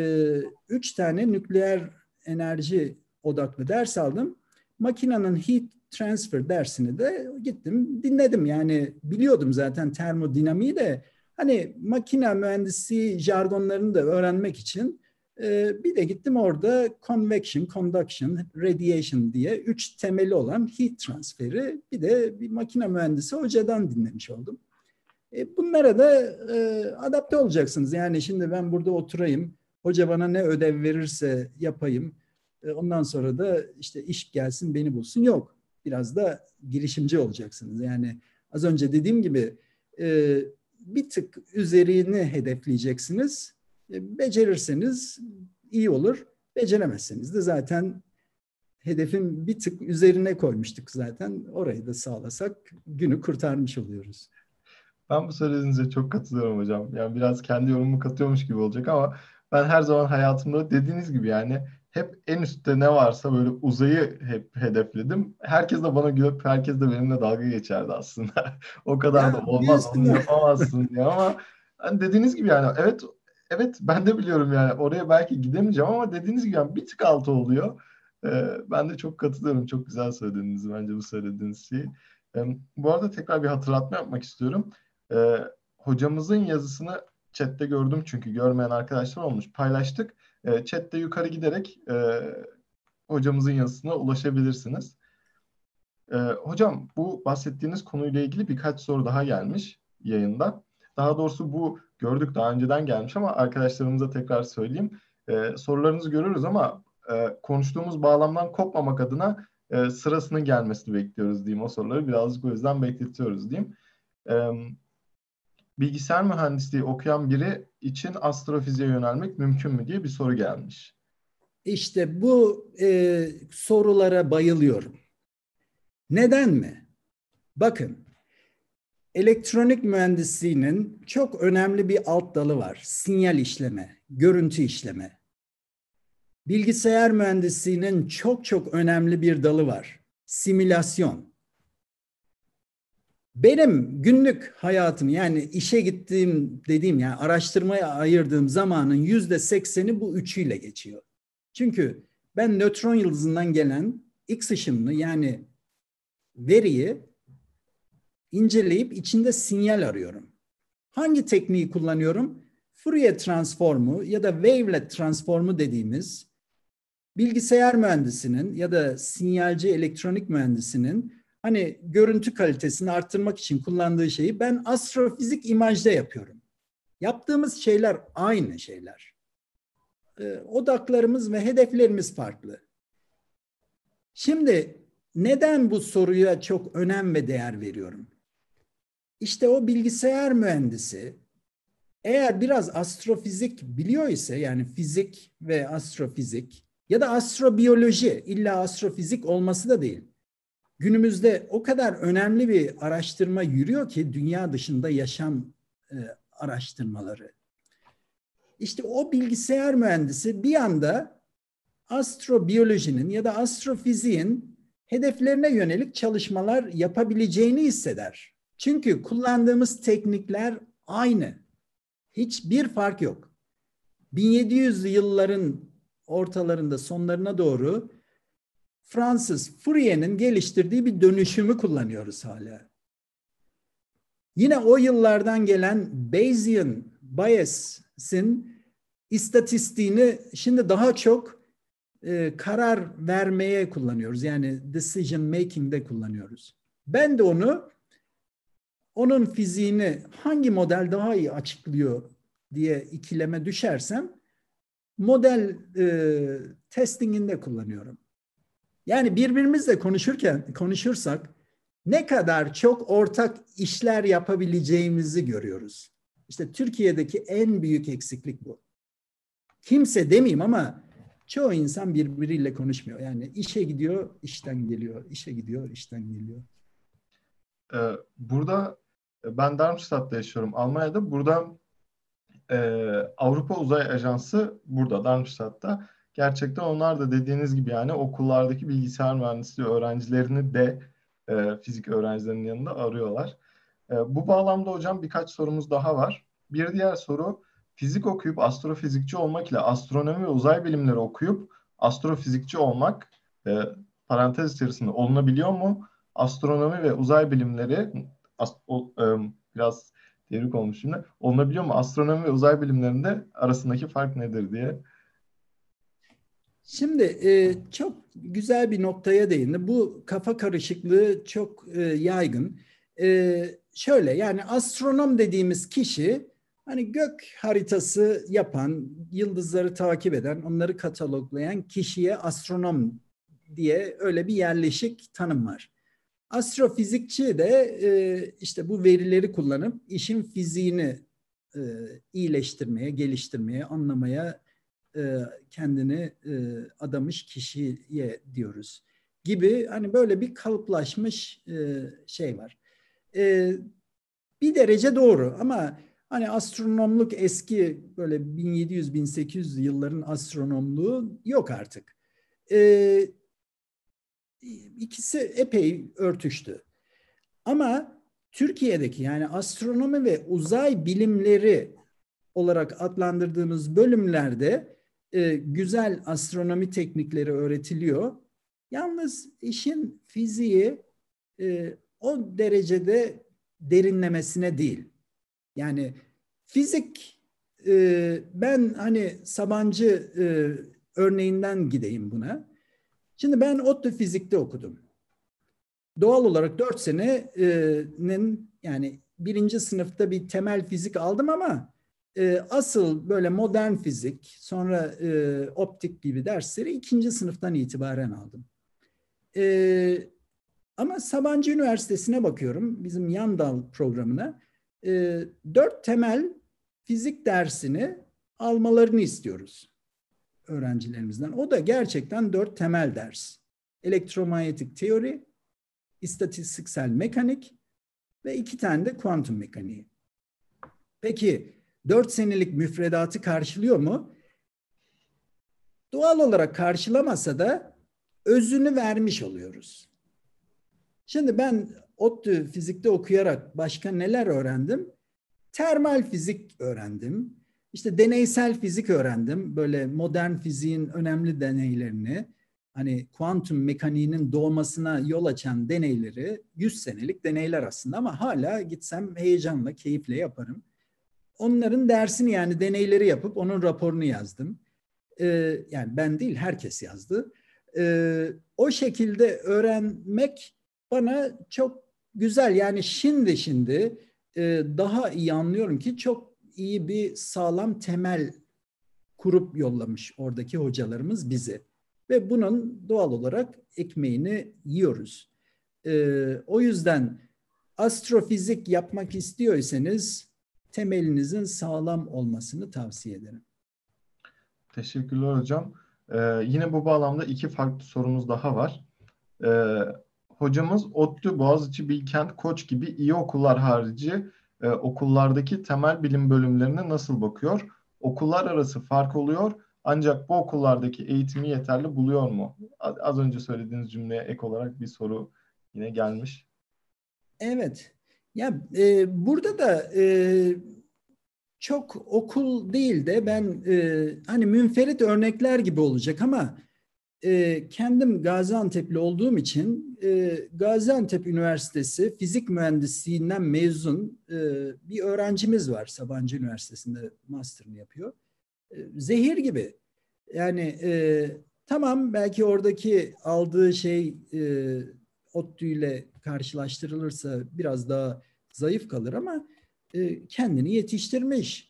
3 tane nükleer enerji odaklı ders aldım. Makinenin heat transfer dersini de gittim dinledim. Yani biliyordum zaten termodinamiği de hani makine mühendisliği jargonlarını da öğrenmek için bir de gittim orada convection, conduction, radiation diye 3 temeli olan heat transferi bir de bir makine mühendisi hocadan dinlemiş oldum. Bunlara da adapte olacaksınız. Yani şimdi ben burada oturayım, hoca bana ne ödev verirse yapayım. Ondan sonra da işte iş gelsin beni bulsun. Yok. Biraz da girişimci olacaksınız. Yani az önce dediğim gibi bir tık üzerini hedefleyeceksiniz. Becerirseniz iyi olur. Beceremezseniz de zaten hedefin bir tık üzerine koymuştuk zaten. Orayı da sağlasak günü kurtarmış oluyoruz. Ben bu söylediğinize çok katılıyorum hocam. Yani biraz kendi yorumumu katıyormuş gibi olacak ama ben her zaman hayatımda dediğiniz gibi yani hep en üstte ne varsa böyle uzayı hep hedefledim. Herkes de bana gülüp herkes de benimle dalga geçerdi aslında. O kadar da Ya olmaz, biliyorsun onu yapamazsın diye ama hani dediğiniz gibi yani evet, evet ben de biliyorum yani oraya belki gidemeyeceğim ama dediğiniz gibi yani bir tık altı oluyor. Ben de çok katılıyorum. Çok güzel söylediniz bence bu söylediğiniz şeyi. Bu arada tekrar bir hatırlatma yapmak istiyorum. Ee, Hocamızın yazısını chatte gördüm çünkü görmeyen arkadaşlar olmuş. Paylaştık. Chatte yukarı giderek hocamızın yazısına ulaşabilirsiniz. Hocam bu bahsettiğiniz konuyla ilgili birkaç soru daha gelmiş yayında. Daha doğrusu bu gördük daha önceden gelmiş ama arkadaşlarımıza tekrar söyleyeyim. Sorularınızı görürüz ama konuştuğumuz bağlamdan kopmamak adına sırasının gelmesini bekliyoruz diyeyim o soruları. Birazcık o yüzden bekletiyoruz diyeyim. E, Bilgisayar mühendisliği okuyan biri için astrofiziğe yönelmek mümkün mü diye bir soru gelmiş. işte bu sorulara bayılıyorum. Neden mi? Bakın, elektronik mühendisliğinin çok önemli bir alt dalı var. Sinyal işleme, görüntü işleme. Bilgisayar mühendisliğinin çok çok önemli bir dalı var. Simülasyon. Benim günlük hayatım, yani işe gittiğim dediğim, yani araştırmaya ayırdığım zamanın %80'i bu üçüyle geçiyor. Çünkü ben nötron yıldızından gelen X ışınını, yani veriyi inceleyip içinde sinyal arıyorum. Hangi tekniği kullanıyorum? Fourier transformu ya da wavelet transformu dediğimiz, bilgisayar mühendisinin ya da sinyalci elektronik mühendisinin hani görüntü kalitesini arttırmak için kullandığı şeyi ben astrofizik imajda yapıyorum. Yaptığımız şeyler aynı şeyler. Odaklarımız ve hedeflerimiz farklı. Şimdi neden bu soruya çok önem ve değer veriyorum? İşte o bilgisayar mühendisi eğer biraz astrofizik biliyor ise, yani fizik ve astrofizik ya da astrobiyoloji, illa astrofizik olması da değil. Günümüzde o kadar önemli bir araştırma yürüyor ki, dünya dışında yaşam araştırmaları. İşte o bilgisayar mühendisi bir anda astrobiyolojinin ya da astrofiziğin hedeflerine yönelik çalışmalar yapabileceğini hisseder. Çünkü kullandığımız teknikler aynı. Hiçbir fark yok. 1700'lü yılların ortalarında, sonlarına doğru Fransız Fourier'in geliştirdiği bir dönüşümü kullanıyoruz hala. Yine o yıllardan gelen Bayesian bias'in istatistiğini şimdi daha çok karar vermeye kullanıyoruz. Yani decision making'de kullanıyoruz. Ben de onun fiziğini hangi model daha iyi açıklıyor diye ikileme düşersem model testinginde kullanıyorum. Yani birbirimizle konuşursak ne kadar çok ortak işler yapabileceğimizi görüyoruz. İşte Türkiye'deki en büyük eksiklik bu. Kimse demeyeyim ama çoğu insan birbiriyle konuşmuyor. Yani işe gidiyor, işten geliyor. İşe gidiyor, işten geliyor. Burada ben Darmstadt'ta yaşıyorum, Almanya'da. Burada Avrupa Uzay Ajansı burada Darmstadt'ta. Gerçekten onlar da dediğiniz gibi yani okullardaki bilgisayar mühendisliği öğrencilerini de fizik öğrencilerinin yanında arıyorlar. Bu bağlamda hocam birkaç sorumuz daha var. Bir diğer soru, fizik okuyup astrofizikçi olmak ile astronomi ve uzay bilimleri okuyup astrofizikçi olmak parantez içerisinde olunabiliyor mu? Astronomi ve uzay bilimleri biraz devrik olmuş şimdi. Olunabiliyor mu? Astronomi ve uzay bilimlerinde arasındaki fark nedir diye. Şimdi çok güzel bir noktaya değindi. Bu kafa karışıklığı çok yaygın. Şöyle, yani astronom dediğimiz kişi hani gök haritası yapan, yıldızları takip eden, onları kataloglayan kişiye astronom diye öyle bir yerleşik tanım var. Astrofizikçi de işte bu verileri kullanıp işin fiziğini iyileştirmeye, geliştirmeye, anlamaya kendini adamış kişiye diyoruz gibi, hani böyle bir kalıplaşmış şey var. bir derece doğru ama hani astronomluk eski böyle 1700-1800 yılların astronomluğu yok artık. E, ikisi epey örtüştü. Ama Türkiye'deki yani astronomi ve uzay bilimleri olarak adlandırdığımız bölümlerde güzel astronomi teknikleri öğretiliyor. Yalnız işin fiziği o derecede derinlemesine değil. Yani fizik ben hani Sabancı örneğinden gideyim buna. Şimdi ben ODTÜ fizikte okudum. Doğal olarak 4 senenin yani birinci sınıfta bir temel fizik aldım ama asıl böyle modern fizik sonra optik gibi dersleri ikinci sınıftan itibaren aldım. Ama Sabancı Üniversitesi'ne bakıyorum bizim yan dal programına 4 temel fizik dersini almalarını istiyoruz öğrencilerimizden. O da gerçekten 4 temel ders. Elektromanyetik teori, istatistiksel mekanik ve 2 tane de kuantum mekaniği. Peki 4 senelik müfredatı karşılıyor mu? Doğal olarak karşılamasa da özünü vermiş oluyoruz. Şimdi ben ODTÜ fizikte okuyarak başka neler öğrendim? Termal fizik öğrendim. İşte deneysel fizik öğrendim. Böyle modern fiziğin önemli deneylerini, hani kuantum mekaniğinin doğmasına yol açan deneyleri 100 senelik deneyler aslında ama hala gitsem heyecanla, keyifle yaparım. Onların dersini yani deneyleri yapıp onun raporunu yazdım. Yani ben değil herkes yazdı. O şekilde öğrenmek bana çok güzel. Yani şimdi daha iyi anlıyorum ki çok iyi bir sağlam temel kurup yollamış oradaki hocalarımız bizi. Ve bunun doğal olarak ekmeğini yiyoruz. O yüzden astrofizik yapmak istiyorsanız temelinizin sağlam olmasını tavsiye ederim. Teşekkürler hocam. Yine bu bağlamda iki farklı sorumuz daha var. Hocamız ODTÜ, Boğaziçi, Bilkent, Koç gibi iyi okullar harici okullardaki temel bilim bölümlerine nasıl bakıyor? Okullar arası fark oluyor ancak bu okullardaki eğitimi yeterli buluyor mu? Az önce söylediğiniz cümleye ek olarak bir soru yine gelmiş. Evet. Ya burada da çok okul değil de ben hani münferit örnekler gibi olacak ama kendim Gaziantep'li olduğum için Gaziantep Üniversitesi Fizik Mühendisliğinden mezun bir öğrencimiz var. Sabancı Üniversitesi'nde master'ını yapıyor. Zehir gibi. Yani tamam belki oradaki aldığı şey ODTÜ ile karşılaştırılırsa biraz daha zayıf kalır ama kendini yetiştirmiş.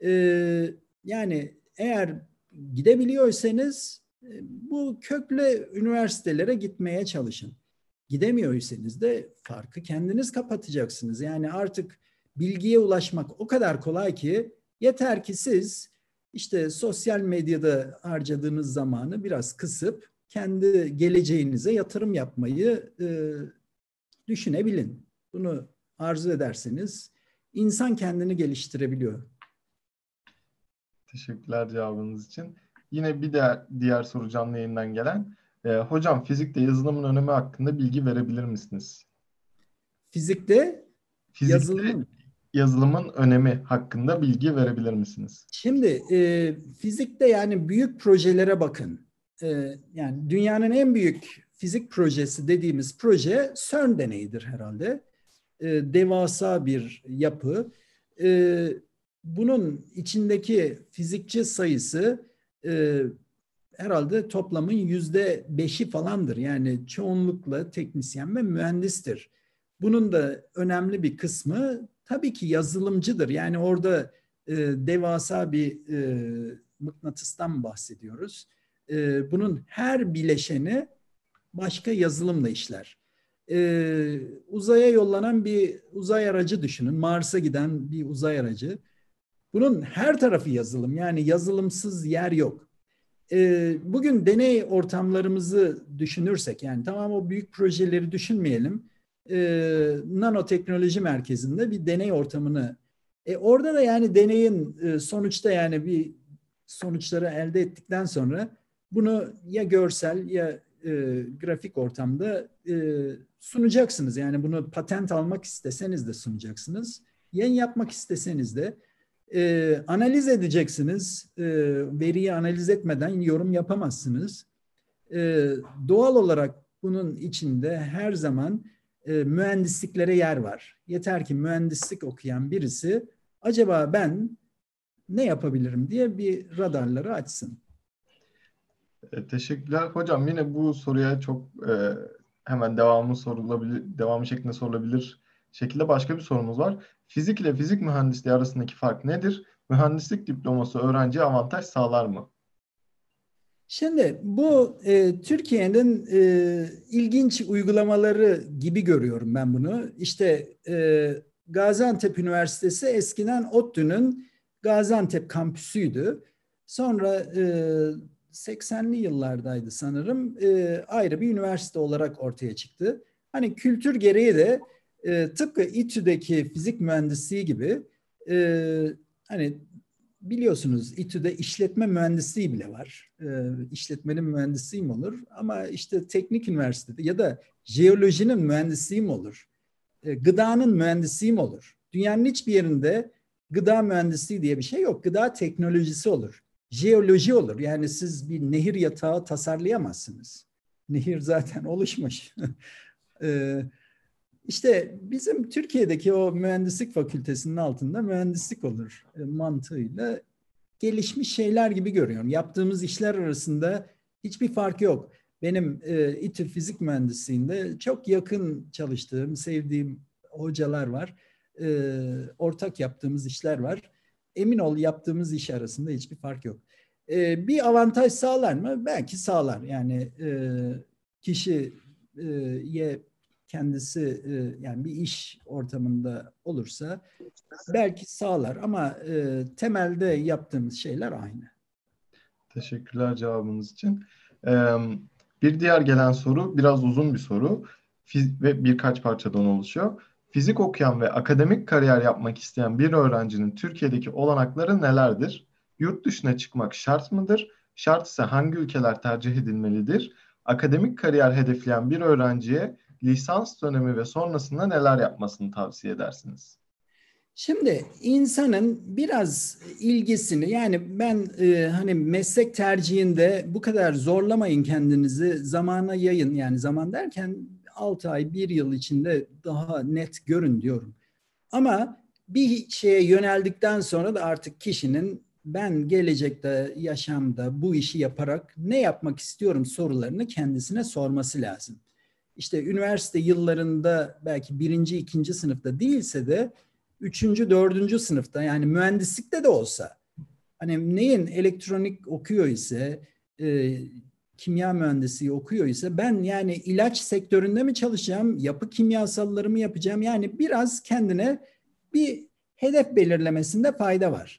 Yani eğer gidebiliyorsanız bu köklü üniversitelere gitmeye çalışın. Gidemiyorsanız de farkı kendiniz kapatacaksınız. Yani artık bilgiye ulaşmak o kadar kolay ki yeter ki siz işte sosyal medyada harcadığınız zamanı biraz kısıp kendi geleceğinize yatırım yapmayı düşünebilin. Bunu arzu ederseniz insan kendini geliştirebiliyor. Teşekkürler cevabınız için. Yine bir de diğer soru canlı yayından gelen. Hocam fizikte yazılımın önemi hakkında bilgi verebilir misiniz? Fizikte Fizikte yazılımın önemi hakkında bilgi verebilir misiniz? Şimdi fizikte yani büyük projelere bakın. Yani dünyanın en büyük fizik projesi dediğimiz proje CERN deneyidir herhalde. Devasa bir yapı. Bunun içindeki fizikçi sayısı herhalde toplamın %5'i falandır. Yani çoğunlukla teknisyen ve mühendistir. Bunun da önemli bir kısmı tabii ki yazılımcıdır. Yani orada devasa bir mıknatıstan bahsediyoruz. Bunun her bileşeni başka yazılımla işler. Uzaya yollanan bir uzay aracı düşünün. Mars'a giden bir uzay aracı. Bunun her tarafı yazılım. Yani yazılımsız yer yok. Bugün deney ortamlarımızı düşünürsek yani tamam o büyük projeleri düşünmeyelim. nanoteknoloji merkezinde bir deney ortamını. Orada da yani deneyin sonuçta yani bir sonuçları elde ettikten sonra bunu ya görsel ya grafik ortamda sunacaksınız. Yani bunu patent almak isteseniz de sunacaksınız. Yayın yapmak isteseniz de analiz edeceksiniz. Veriyi analiz etmeden yorum yapamazsınız. Doğal olarak bunun içinde her zaman mühendisliklere yer var. Yeter ki mühendislik okuyan birisi acaba ben ne yapabilirim diye bir radarları açsın. Teşekkürler. Hocam yine bu soruya çok hemen devamı şeklinde sorulabilir şekilde başka bir sorumuz var. Fizik ile fizik mühendisliği arasındaki fark nedir? Mühendislik diploması öğrenciye avantaj sağlar mı? Şimdi bu Türkiye'nin ilginç uygulamaları gibi görüyorum ben bunu. İşte Gaziantep Üniversitesi eskiden ODTÜ'nün Gaziantep kampüsüydü. Sonra 80'li yıllardaydı sanırım ayrı bir üniversite olarak ortaya çıktı. Hani kültür gereği de tıpkı İTÜ'deki fizik mühendisliği gibi hani biliyorsunuz İTÜ'de işletme mühendisliği bile var. İşletmenin mühendisliği mi olur? Ama işte teknik üniversitede ya da jeolojinin mühendisliği mi olur? Gıdanın mühendisliği mi olur? Dünyanın hiçbir yerinde gıda mühendisliği diye bir şey yok. Gıda teknolojisi olur. Jeoloji olur. Yani siz bir nehir yatağı tasarlayamazsınız. Nehir zaten oluşmuş. İşte bizim Türkiye'deki o mühendislik fakültesinin altında mühendislik olur mantığıyla gelişmiş şeyler gibi görüyorum. Yaptığımız işler arasında hiçbir fark yok. Benim İTÜ fizik mühendisliğinde çok yakın çalıştığım, sevdiğim hocalar var. Ortak yaptığımız işler var. Emin ol yaptığımız iş arasında hiçbir fark yok. Bir avantaj sağlar mı? Belki sağlar. Yani kişiye kendisi yani bir iş ortamında olursa belki sağlar ama temelde yaptığımız şeyler aynı. Teşekkürler cevabınız için. Bir diğer gelen soru biraz uzun bir soru ve birkaç parçadan oluşuyor. Fizik okuyan ve akademik kariyer yapmak isteyen bir öğrencinin Türkiye'deki olanakları nelerdir? Yurt dışına çıkmak şart mıdır? Şart ise hangi ülkeler tercih edilmelidir? Akademik kariyer hedefleyen bir öğrenciye lisans dönemi ve sonrasında neler yapmasını tavsiye edersiniz? Şimdi insanın biraz ilgisini yani ben hani meslek tercihinde bu kadar zorlamayın kendinizi zamana yayın yani zaman derken 6 ay 1 yıl içinde daha net görün diyorum. Ama bir şeye yöneldikten sonra da artık kişinin ben gelecekte yaşamda bu işi yaparak ne yapmak istiyorum sorularını kendisine sorması lazım. İşte üniversite yıllarında belki birinci, ikinci sınıfta değilse de üçüncü, dördüncü sınıfta yani mühendislikte de olsa hani neyin elektronik okuyor ise kimya mühendisliği okuyor ise ben yani ilaç sektöründe mi çalışacağım, yapı kimyasalları mı yapacağım? Yani biraz kendine bir hedef belirlemesinde fayda var.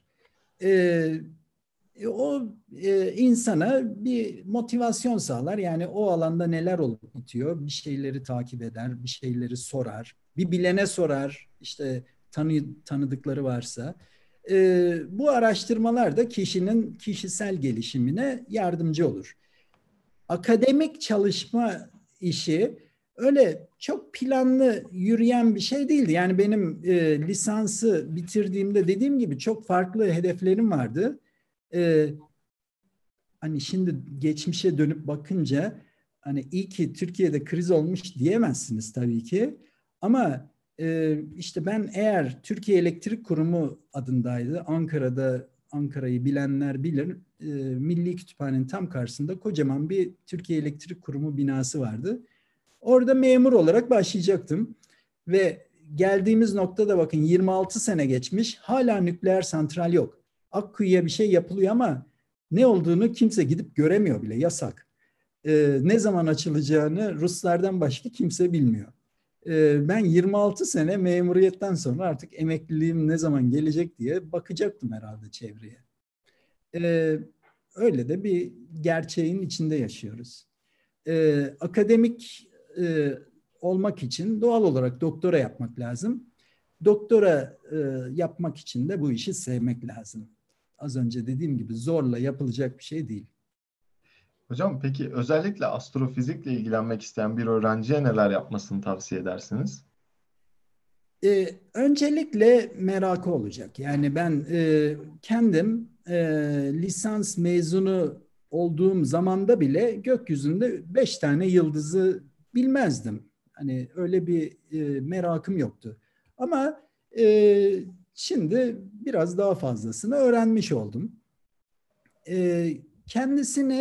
O insana bir motivasyon sağlar. Yani o alanda neler olup bitiyor, bir şeyleri takip eder, bir şeyleri sorar, bir bilene sorar, işte tanıdıkları varsa. Bu araştırmalar da kişinin kişisel gelişimine yardımcı olur. Akademik çalışma işi öyle çok planlı yürüyen bir şey değildi. Yani benim lisansı bitirdiğimde dediğim gibi çok farklı hedeflerim vardı. E, Hani şimdi geçmişe dönüp bakınca hani iyi ki Türkiye'de kriz olmuş diyemezsiniz tabii ki. Ama işte ben eğer Türkiye Elektrik Kurumu adındaydı. Ankara'yı bilenler bilir. Milli Kütüphanenin tam karşısında kocaman bir Türkiye Elektrik Kurumu binası vardı. Orada memur olarak başlayacaktım. Ve geldiğimiz noktada bakın 26 sene geçmiş. Hala nükleer santral yok. Akkuyu'ya bir şey yapılıyor ama ne olduğunu kimse gidip göremiyor bile. Yasak. Ne zaman açılacağını Ruslardan başka kimse bilmiyor. Ben 26 sene memuriyetten sonra artık emekliliğim ne zaman gelecek diye bakacaktım herhalde çevreye. Ee, Öyle de bir gerçeğin içinde yaşıyoruz. Akademik olmak için doğal olarak doktora yapmak lazım. Doktora yapmak için de bu işi sevmek lazım. Az önce dediğim gibi zorla yapılacak bir şey değil. Hocam peki özellikle astrofizikle ilgilenmek isteyen bir öğrenciye neler yapmasını tavsiye edersiniz? Öncelikle merakı olacak. Yani ben kendim lisans mezunu olduğum zamanda bile gökyüzünde 5 tane yıldızı bilmezdim. Hani öyle bir merakım yoktu. Ama şimdi biraz daha fazlasını öğrenmiş oldum. Kendisine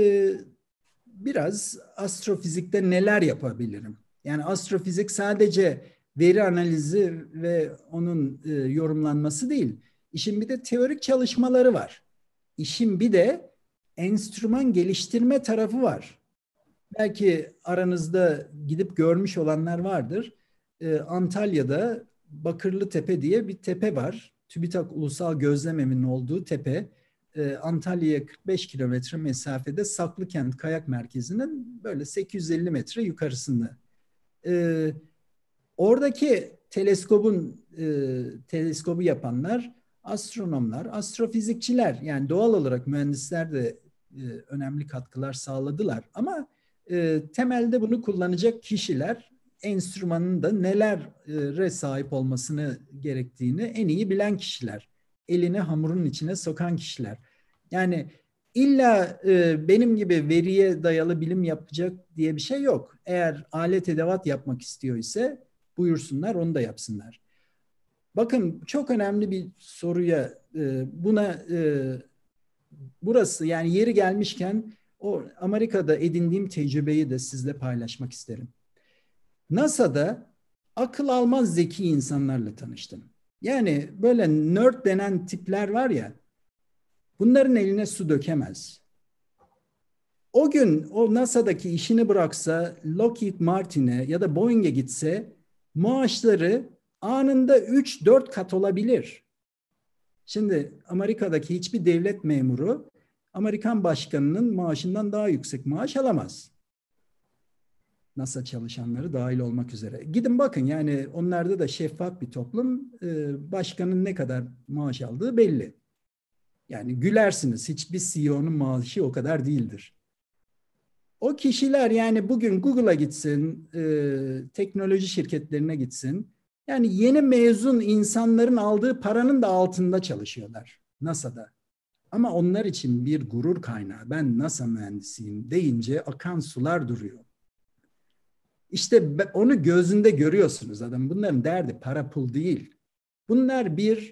biraz astrofizikte neler yapabilirim? Yani astrofizik sadece veri analizi ve onun yorumlanması değil. İşin bir de teorik çalışmaları var. İşin bir de enstrüman geliştirme tarafı var. Belki aranızda gidip görmüş olanlar vardır. Antalya'da Bakırlıtepe diye bir tepe var. TÜBİTAK Ulusal Gözlem Evi'nin olduğu tepe. Antalya'ya 45 kilometre mesafede Saklıkent Kayak Merkezi'nin böyle 850 metre yukarısında. E, Oradaki teleskobu yapanlar astronomlar, astrofizikçiler, yani doğal olarak mühendisler de önemli katkılar sağladılar. Ama temelde bunu kullanacak kişiler enstrümanın da nelere sahip olmasını gerektiğini en iyi bilen kişiler. Elini hamurun içine sokan kişiler. Yani illa benim gibi veriye dayalı bilim yapacak diye bir şey yok. Eğer alet edevat yapmak istiyor ise buyursunlar, onu da yapsınlar. Bakın çok önemli bir soruya burası, yani yeri gelmişken o Amerika'da edindiğim tecrübeyi de sizle paylaşmak isterim. NASA'da akıl almaz zeki insanlarla tanıştım. Yani böyle nerd denen tipler var ya, bunların eline su dökemez. O gün o NASA'daki işini bıraksa, Lockheed Martin'e ya da Boeing'e gitse maaşları anında 3-4 kat olabilir. Şimdi Amerika'daki hiçbir devlet memuru Amerikan başkanının maaşından daha yüksek maaş alamaz. NASA çalışanları dahil olmak üzere. Gidin bakın, yani onlarda da şeffaf bir toplum, başkanın ne kadar maaş aldığı belli. Yani gülersiniz, hiçbir CEO'nun maaşı o kadar değildir. O kişiler yani bugün Google'a gitsin, teknoloji şirketlerine gitsin. Yani yeni mezun insanların aldığı paranın da altında çalışıyorlar NASA'da. Ama onlar için bir gurur kaynağı. Ben NASA mühendisiyim deyince akan sular duruyor. İşte onu gözünde görüyorsunuz adam. Bunların derdi para pul değil. Bunlar bir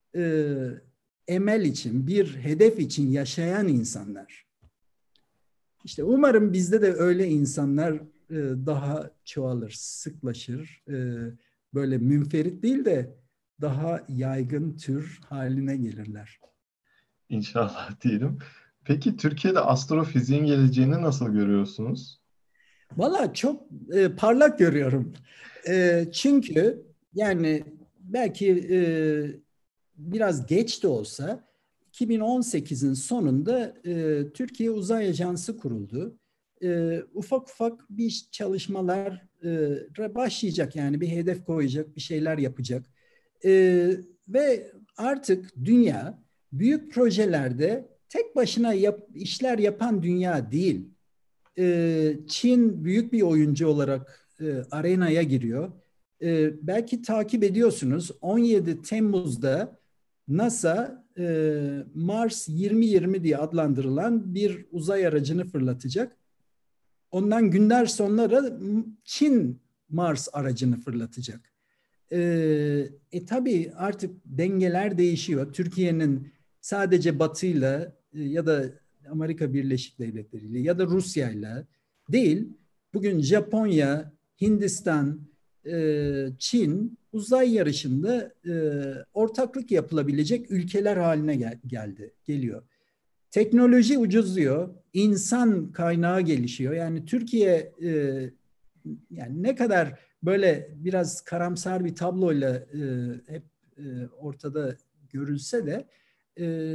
emel için, bir hedef için yaşayan insanlar. İşte umarım bizde de öyle insanlar daha çoğalır, sıklaşır. Böyle münferit değil de daha yaygın tür haline gelirler. İnşallah diyelim. Peki Türkiye'de astrofiziğin geleceğini nasıl görüyorsunuz? Valla çok parlak görüyorum. Çünkü yani belki biraz geç de olsa 2018'in sonunda Türkiye Uzay Ajansı kuruldu. Ufak ufak bir çalışmalar başlayacak, yani bir hedef koyacak, bir şeyler yapacak. Ve artık dünya büyük projelerde tek başına işler yapan dünya değil. Çin büyük bir oyuncu olarak arenaya giriyor. Belki takip ediyorsunuz. 17 Temmuz'da NASA Mars 2020 diye adlandırılan bir uzay aracını fırlatacak. Ondan günler sonra Çin Mars aracını fırlatacak. Tabii artık dengeler değişiyor. Türkiye'nin sadece Batı'yla ya da Amerika Birleşik Devletleri ile ya da Rusya ile değil, bugün Japonya, Hindistan, Çin uzay yarışında ortaklık yapılabilecek ülkeler haline geliyor. Teknoloji ucuzluyor, insan kaynağı gelişiyor. Yani Türkiye yani ne kadar böyle biraz karamsar bir tabloyla hep ortada görülse de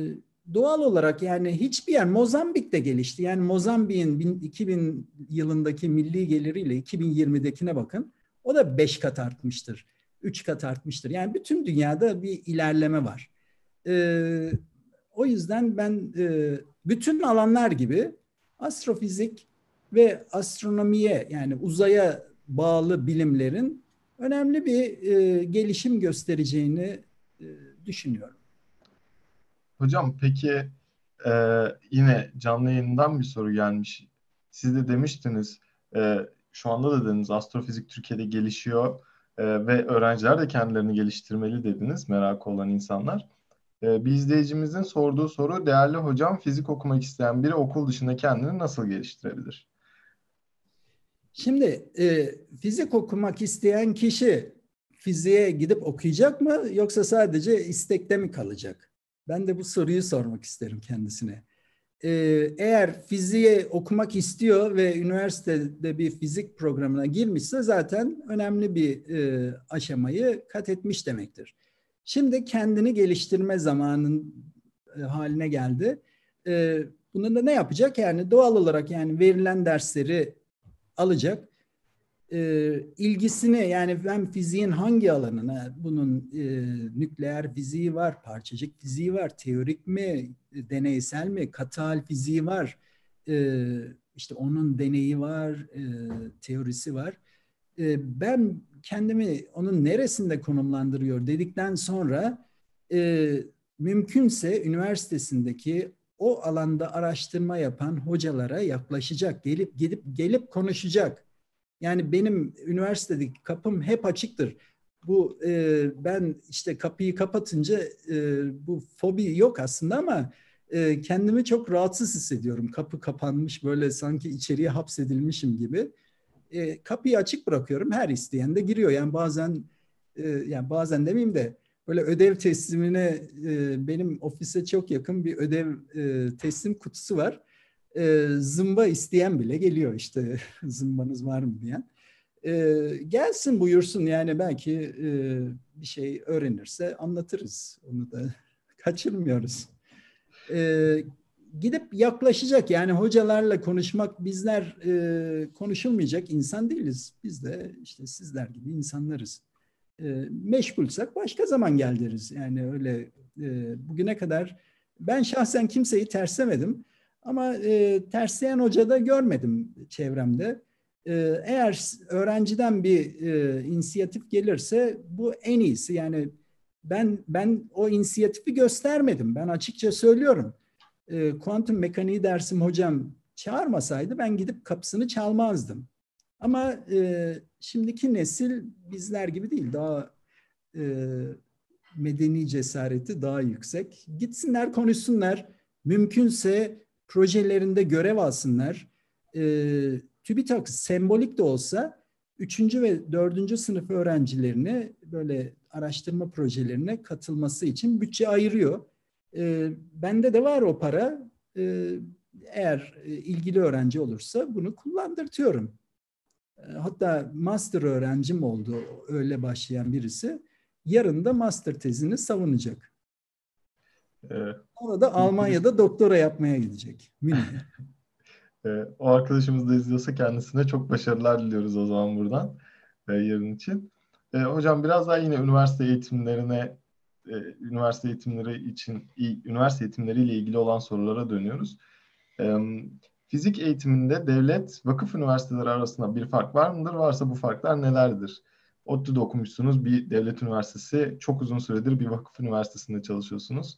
doğal olarak yani hiçbir yer, Mozambik de gelişti. Yani Mozambik'in 2000 yılındaki milli geliriyle 2020'dekine bakın. O da 5 kat artmıştır. 3 kat artmıştır. Yani bütün dünyada bir ilerleme var. Ee, O yüzden ben bütün alanlar gibi astrofizik ve astronomiye yani uzaya bağlı bilimlerin önemli bir gelişim göstereceğini e, düşünüyorum. Hocam peki yine canlı yayından bir soru gelmiş. Siz de demiştiniz, şu anda da dediniz astrofizik Türkiye'de gelişiyor ve öğrenciler de kendilerini geliştirmeli dediniz, merakı olan insanlar. Bir izleyicimizin sorduğu soru, değerli hocam, fizik okumak isteyen biri okul dışında kendini nasıl geliştirebilir? Şimdi fizik okumak isteyen kişi fiziğe gidip okuyacak mı yoksa sadece istekte mi kalacak? Ben de bu soruyu sormak isterim kendisine. Eğer fiziği okumak istiyor ve üniversitede bir fizik programına girmişse zaten önemli bir aşamayı kat etmiş demektir. Şimdi kendini geliştirme zamanın haline geldi. Bunun da ne yapacak? Yani doğal olarak yani verilen dersleri alacak. İlgisini yani ben fiziğin hangi alanına bunun nükleer fiziği var, parçacık fiziği var, teorik mi, deneysel mi, katı hal fiziği var, işte onun deneyi var, teorisi var. Ben kendimi onun neresinde konumlandırıyor dedikten sonra mümkünse üniversitesindeki o alanda araştırma yapan hocalara yaklaşacak, gelip konuşacak. Yani benim üniversitedeki kapım hep açıktır. Bu ben işte kapıyı kapatınca bu fobi yok aslında ama kendimi çok rahatsız hissediyorum. Kapı kapanmış böyle sanki içeriye hapsedilmişim gibi. Kapıyı açık bırakıyorum. Her isteyen de giriyor. Yani bazen yani bazen demeyeyim de böyle ödev teslimine benim ofise çok yakın bir ödev teslim kutusu var. Zımba isteyen bile geliyor işte zımbanız var mı diyen. Gelsin buyursun yani belki bir şey öğrenirse anlatırız. Onu da kaçırmıyoruz. E, Gidip yaklaşacak yani hocalarla konuşmak bizler konuşulmayacak insan değiliz. Biz de işte sizler gibi insanlarız. Meşgulsek başka zaman gel deriz. Yani öyle bugüne kadar ben şahsen kimseyi terslemedim. Ama tersleyen hoca da görmedim çevremde. Eğer öğrenciden bir inisiyatif gelirse bu en iyisi. Yani ben o inisiyatifi göstermedim. Ben açıkça söylüyorum. Kuantum mekaniği dersim hocam çağırmasaydı ben gidip kapısını çalmazdım. Ama şimdiki nesil bizler gibi değil. Daha e, medeni cesareti daha yüksek. Gitsinler konuşsunlar. Mümkünse projelerinde görev alsınlar. TÜBİTAK sembolik de olsa 3. ve 4. sınıf öğrencilerini böyle araştırma projelerine katılması için bütçe ayırıyor. Bende de var o para. Eğer ilgili öğrenci olursa bunu kullandırtıyorum. Hatta master öğrencim oldu öyle başlayan birisi. Yarın da master tezini savunacak. Ee, Ona da ilgili, Almanya'da doktora yapmaya gidecek. Münih'e. o arkadaşımız da izliyorsa kendisine çok başarılar diliyoruz o zaman buradan yarın için. Hocam biraz daha yine üniversite eğitimlerine, üniversite eğitimleri için, üniversite eğitimleriyle ilgili olan sorulara dönüyoruz. E, Fizik eğitiminde devlet, vakıf üniversiteleri arasında bir fark var mıdır? Varsa bu farklar nelerdir? ODTÜ'de okumuşsunuz, bir devlet üniversitesi, çok uzun süredir bir vakıf üniversitesinde çalışıyorsunuz.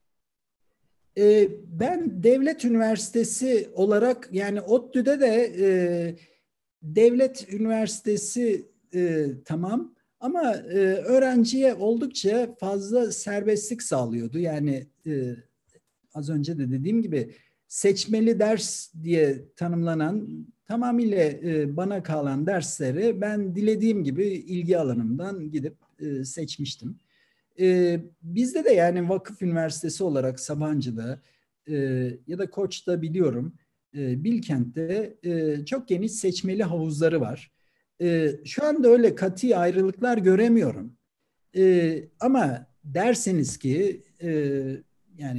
Ben devlet üniversitesi olarak yani ODTÜ'de de devlet üniversitesi tamam ama öğrenciye oldukça fazla serbestlik sağlıyordu. Yani az önce de dediğim gibi seçmeli ders diye tanımlanan tamamıyla bana kalan dersleri ben dilediğim gibi ilgi alanımdan gidip seçmiştim. Bizde de yani vakıf üniversitesi olarak Sabancı'da ya da Koç'ta biliyorum Bilkent'te çok geniş seçmeli havuzları var. Şu anda öyle katı ayrılıklar göremiyorum. Ama derseniz ki yani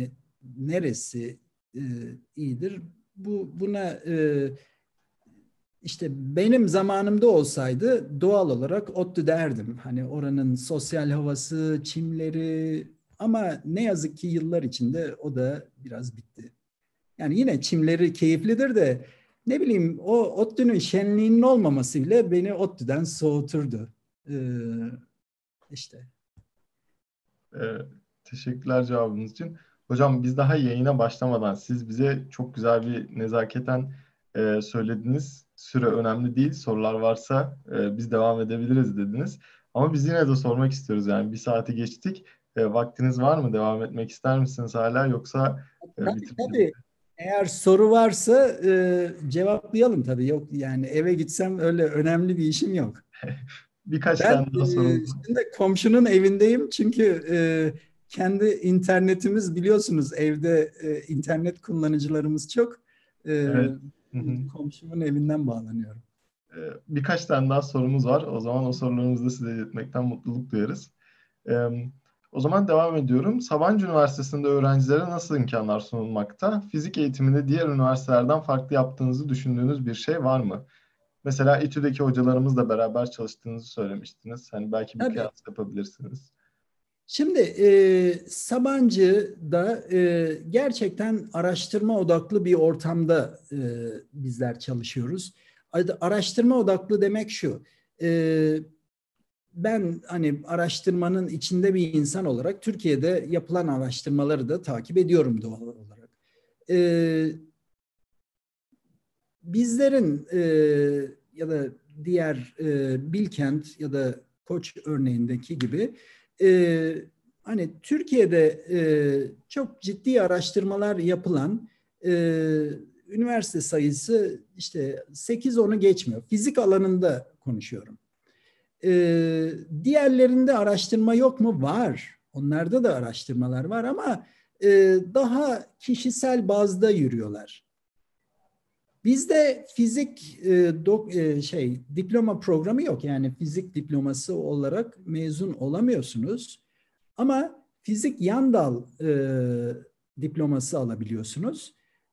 neresi iyidir? Buna işte benim zamanımda olsaydı doğal olarak ODTÜ derdim. Hani oranın sosyal havası, çimleri, ama ne yazık ki yıllar içinde o da biraz bitti. Yani yine çimleri keyiflidir de ne bileyim, o ODTÜ'nün şenliğinin olmaması bile beni ODTÜ'den soğuturdu. İşte. E, Teşekkürler cevabınız için. Hocam biz daha yayına başlamadan siz bize çok güzel bir nezaketen söylediniz. Süre önemli değil. Sorular varsa biz devam edebiliriz dediniz. Ama biz yine de sormak istiyoruz. Yani bir saati geçtik. Vaktiniz var mı? Devam etmek ister misiniz hala, yoksa Tabii bitirelim mi? tabii. Eğer soru varsa cevaplayalım tabii. Yok yani, eve gitsem öyle önemli bir işim yok. Birkaç Ben tane daha sorumuz var. şimdi komşunun evindeyim çünkü kendi internetimiz, biliyorsunuz, evde internet kullanıcılarımız çok. Evet. Hı hı. Komşumun evinden bağlanıyorum. Birkaç tane daha sorumuz var. O zaman o sorularımızı da size iletmekten mutluluk duyarız. Ee, O zaman devam ediyorum. Sabancı Üniversitesi'nde öğrencilere nasıl imkanlar sunulmakta? Fizik eğitiminde diğer üniversitelerden farklı yaptığınızı düşündüğünüz bir şey var mı? Mesela İTÜ'deki hocalarımızla beraber çalıştığınızı söylemiştiniz. Hani belki bir Tabii. kıyas yapabilirsiniz. Şimdi Sabancı'da gerçekten araştırma odaklı bir ortamda bizler çalışıyoruz. Araştırma odaklı demek şu: e, ben hani araştırmanın içinde bir insan olarak Türkiye'de yapılan araştırmaları da takip ediyorum doğal olarak. E, Bizlerin ya da diğer Bilkent ya da Koç örneğindeki gibi hani Türkiye'de çok ciddi araştırmalar yapılan üniversite sayısı işte 8-10'u geçmiyor. Fizik alanında konuşuyorum. Diğerlerinde araştırma yok mu? Var. Onlarda da araştırmalar var ama daha kişisel bazda yürüyorlar. Bizde fizik diploma programı yok. Yani fizik diploması olarak mezun olamıyorsunuz. Ama fizik yan dal diploması alabiliyorsunuz.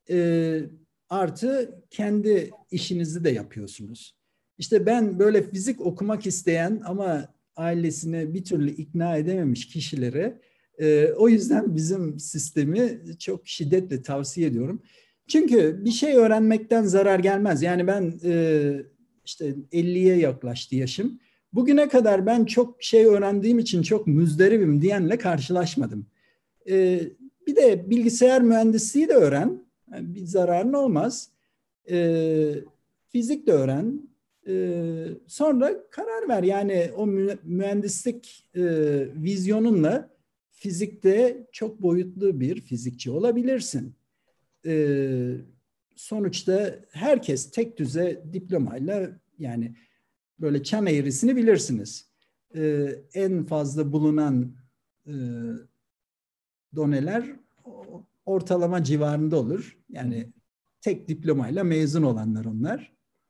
Artı kendi işinizi de yapıyorsunuz. İşte ben böyle fizik okumak isteyen ama ailesini bir türlü ikna edememiş kişilere o yüzden bizim sistemi çok şiddetle tavsiye ediyorum. Çünkü bir şey öğrenmekten zarar gelmez. Yani ben işte 50'ye yaklaştı yaşım. Bugüne kadar ben çok şey öğrendiğim için çok müzdaribim diyenle karşılaşmadım. E, Bir de bilgisayar mühendisliği de öğren. Yani bir zararın olmaz. Fizik de öğren. Sonra karar ver. Yani o mühendislik vizyonunla fizikte çok boyutlu bir fizikçi olabilirsin. Sonuçta herkes tek düze diplomayla, yani böyle çan eğrisini bilirsiniz. En fazla bulunan e, doneler ortalama civarında olur. Hı hı. Yani tek diplomayla mezun olanlar onlar.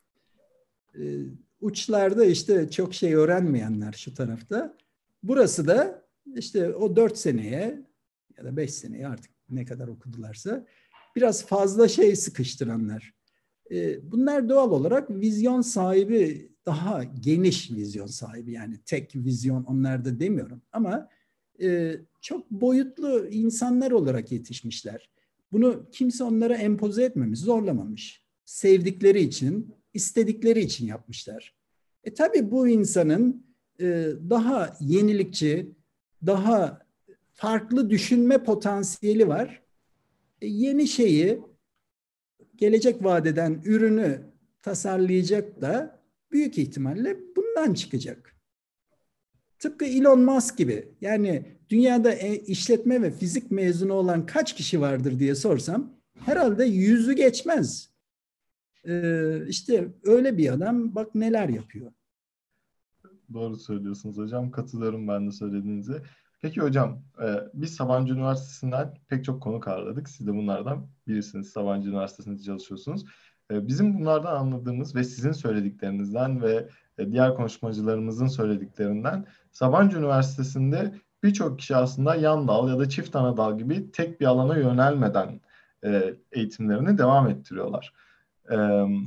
Uçlarda işte çok şey öğrenmeyenler şu tarafta. Burası da işte o 4 seneye ya da 5 seneye, artık ne kadar okudularsa, biraz fazla şey sıkıştıranlar. Bunlar doğal olarak vizyon sahibi, daha geniş vizyon sahibi, yani tek vizyon onlarda demiyorum ama çok boyutlu insanlar olarak yetişmişler. Bunu kimse onlara empoze etmemiş, zorlamamış. Sevdikleri için, istedikleri için yapmışlar. Tabii bu insanın daha yenilikçi, daha farklı düşünme potansiyeli var. Yeni şeyi, gelecek vadeden ürünü tasarlayacak da büyük ihtimalle bundan çıkacak. Tıpkı Elon Musk gibi. Yani dünyada işletme ve fizik mezunu olan kaç kişi vardır diye sorsam herhalde 100'ü geçmez. İşte öyle bir adam, bak neler yapıyor. Doğru söylüyorsunuz hocam. Katılıyorum ben de söylediğinize. Peki hocam, biz Sabancı Üniversitesi'nden pek çok konu ağırladık. Siz de bunlardan birisiniz. Sabancı Üniversitesi'nde çalışıyorsunuz. Bizim bunlardan anladığımız ve sizin söylediklerinizden ve diğer konuşmacılarımızın söylediklerinden Sabancı Üniversitesi'nde birçok kişi aslında yan dal ya da çift ana dal gibi tek bir alana yönelmeden eğitimlerini devam ettiriyorlar. E,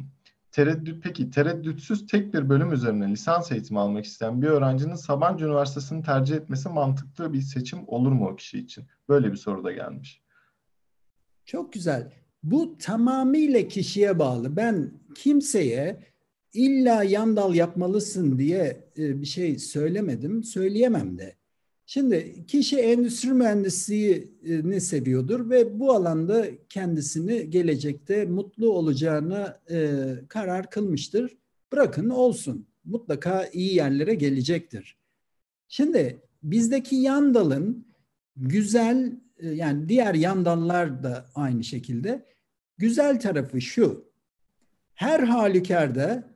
peki tereddütsüz tek bir bölüm üzerine lisans eğitimi almak isteyen bir öğrencinin Sabancı Üniversitesi'ni tercih etmesi mantıklı bir seçim olur mu o kişi için? Böyle bir soru da gelmiş. Çok güzel. Bu tamamıyla kişiye bağlı. Ben kimseye illa yan dal yapmalısın diye bir şey söylemedim, söyleyemem de. Şimdi kişi endüstri mühendisliğini seviyordur ve bu alanda kendisini gelecekte mutlu olacağına karar kılmıştır. Bırakın olsun. Mutlaka iyi yerlere gelecektir. Şimdi bizdeki yan dalın güzel, yani diğer yan dallar da aynı şekilde güzel tarafı şu: her halükarda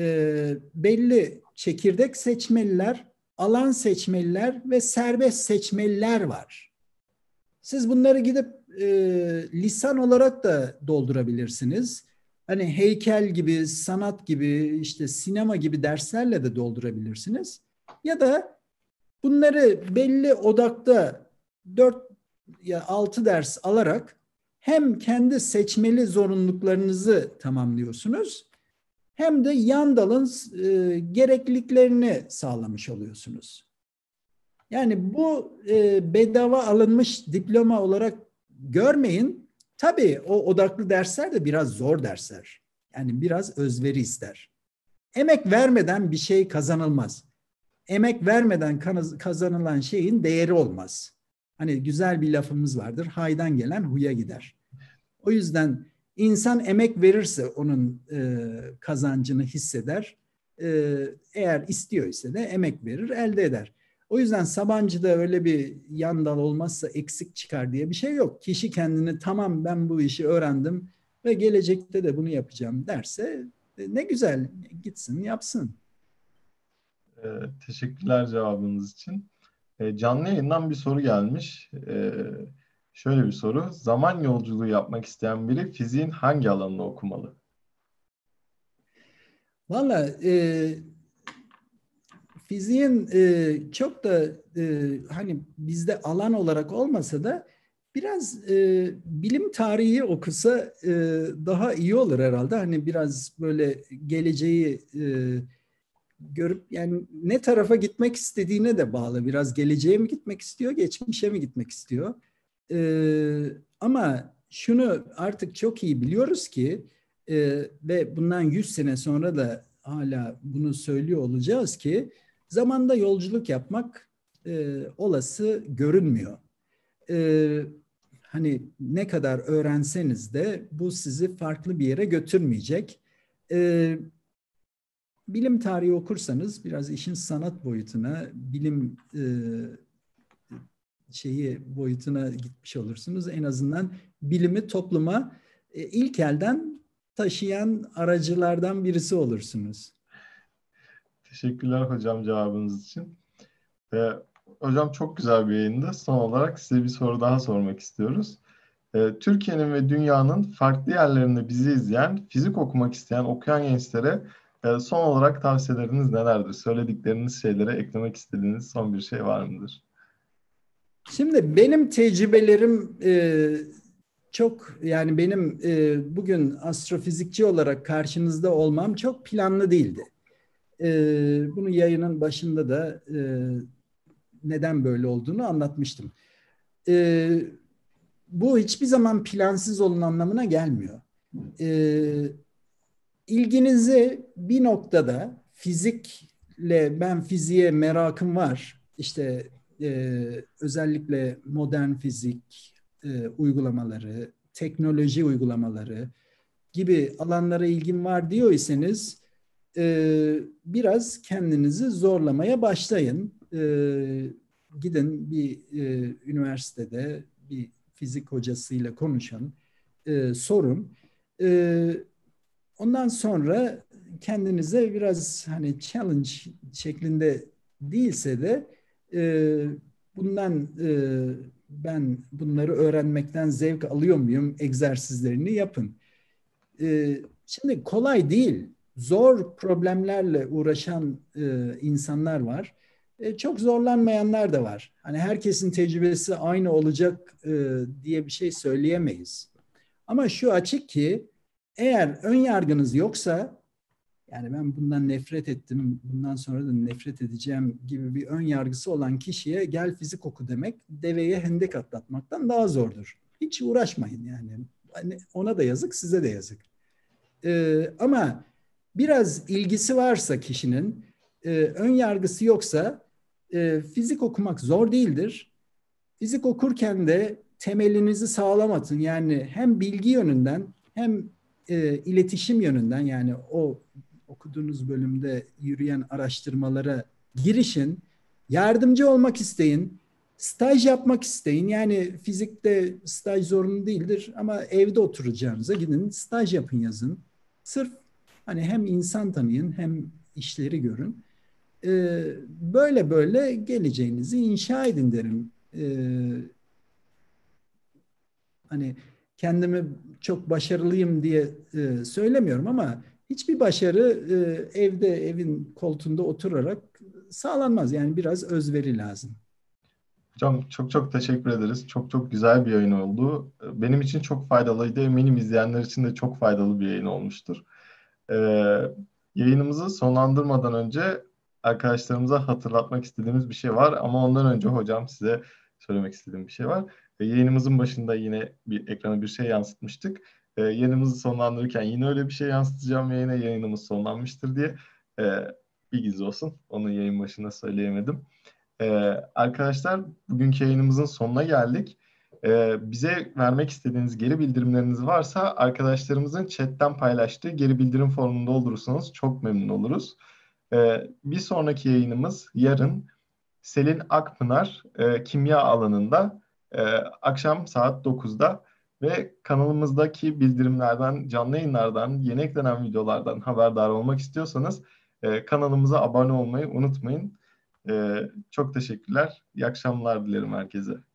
belli çekirdek seçmeliler, alan seçmeliler ve serbest seçmeliler var. Siz bunları gidip lisan olarak da doldurabilirsiniz. Hani heykel gibi, sanat gibi, işte sinema gibi derslerle de doldurabilirsiniz. Ya da bunları belli odakta 4 ya 6 ders alarak hem kendi seçmeli zorunluluklarınızı tamamlıyorsunuz, hem de yan dalın gerekliliklerini sağlamış oluyorsunuz. Yani bu bedava alınmış diploma olarak görmeyin. Tabii o odaklı dersler de biraz zor dersler. Yani biraz özveri ister. Emek vermeden bir şey kazanılmaz. Emek vermeden kazanılan şeyin değeri olmaz. Hani güzel bir lafımız vardır: haydan gelen huya gider. O yüzden insan emek verirse onun kazancını hisseder. Eğer istiyor ise de emek verir, elde eder. O yüzden Sabancı'da öyle bir yan dal olmazsa eksik çıkar diye bir şey yok. Kişi kendini tamam ben bu işi öğrendim ve gelecekte de bunu yapacağım derse ne güzel, gitsin yapsın. Teşekkürler cevabınız için. Canlı yayından bir soru gelmiş. Şöyle bir soru. Zaman yolculuğu yapmak isteyen biri fiziğin hangi alanını okumalı? Valla fiziğin çok da hani bizde alan olarak olmasa da biraz bilim tarihi okusa daha iyi olur herhalde. Hani biraz böyle geleceği görüp, yani ne tarafa gitmek istediğine de bağlı. Biraz geleceğe mi gitmek istiyor, geçmişe mi gitmek istiyor? Ama şunu artık çok iyi biliyoruz ki ve bundan 100 sene sonra da hala bunu söylüyor olacağız ki zamanda yolculuk yapmak olası görünmüyor. Hani ne kadar öğrenseniz de bu sizi farklı bir yere götürmeyecek. Bilim tarihi okursanız biraz işin sanat boyutuna, bilim boyutuna gitmiş olursunuz. En azından bilimi topluma ilk elden taşıyan aracılardan birisi olursunuz. Teşekkürler hocam cevabınız için. Hocam çok güzel bir yayında. Son olarak size bir soru daha sormak istiyoruz. Türkiye'nin ve dünyanın farklı yerlerinde bizi izleyen, fizik okumak isteyen okuyan gençlere son olarak tavsiyeleriniz nelerdir? Söyledikleriniz şeylere eklemek istediğiniz son bir şey var mıdır? Şimdi benim tecrübelerim çok, yani benim bugün astrofizikçi olarak karşınızda olmam çok planlı değildi. Bunu yayının başında da neden böyle olduğunu anlatmıştım. Bu hiçbir zaman plansız olun anlamına gelmiyor. İlginizi bir noktada fizikle, ben fiziğe merakım var, İşte özellikle modern fizik uygulamaları, teknoloji uygulamaları gibi alanlara ilgim var diyorsanız biraz kendinizi zorlamaya başlayın. Gidin bir üniversitede bir fizik hocasıyla konuşun, sorun. Ondan sonra kendinize biraz hani challenge şeklinde değilse de ben bunları öğrenmekten zevk alıyor muyum egzersizlerini yapın. Şimdi kolay değil. Zor problemlerle uğraşan insanlar var. Çok zorlanmayanlar da var. Hani herkesin tecrübesi aynı olacak diye bir şey söyleyemeyiz. Ama şu açık ki eğer ön yargınız yoksa, yani ben bundan nefret ettim, bundan sonra da nefret edeceğim gibi bir ön yargısı olan kişiye gel fizik oku demek deveye hendek atlatmaktan daha zordur. Hiç uğraşmayın yani. Hani ona da yazık, size de yazık. Ama biraz ilgisi varsa kişinin, ön yargısı yoksa fizik okumak zor değildir. Fizik okurken de temelinizi sağlam atın. Yani hem bilgi yönünden hem iletişim yönünden, yani o okuduğunuz bölümde yürüyen araştırmalara girişin. Yardımcı olmak isteyin. Staj yapmak isteyin. Yani fizikte staj zorunlu değildir ama evde oturacağınıza gidin staj yapın yazın. Sırf hani hem insan tanıyın hem işleri görün. Böyle böyle geleceğinizi inşa edin derim. Hani kendimi çok başarılıyım diye söylemiyorum ama hiçbir başarı evde, evin koltuğunda oturarak sağlanmaz. Yani biraz özveri lazım. Hocam çok çok teşekkür ederiz. Çok çok güzel bir yayın oldu. Benim için çok faydalıydı. Eminim izleyenler için de çok faydalı bir yayın olmuştur. Yayınımızı sonlandırmadan önce arkadaşlarımıza hatırlatmak istediğimiz bir şey var. Ama ondan önce hocam size söylemek istediğim bir şey var. Yayınımızın başında yine bir ekrana bir şey yansıtmıştık. Yayınımızı sonlandırırken yine öyle bir şey yansıtacağım yayına, yayınımız sonlanmıştır diye. Bilginiz olsun. Onu yayın başında söyleyemedim. Arkadaşlar bugünkü yayınımızın sonuna geldik. Bize vermek istediğiniz geri bildirimleriniz varsa arkadaşlarımızın chatten paylaştığı geri bildirim formunu doldurursanız çok memnun oluruz. Bir sonraki yayınımız yarın Selin Akpınar kimya alanında akşam saat 9'da ve kanalımızdaki bildirimlerden, canlı yayınlardan, yeni eklenen videolardan haberdar olmak istiyorsanız kanalımıza abone olmayı unutmayın. Çok teşekkürler. İyi akşamlar dilerim herkese.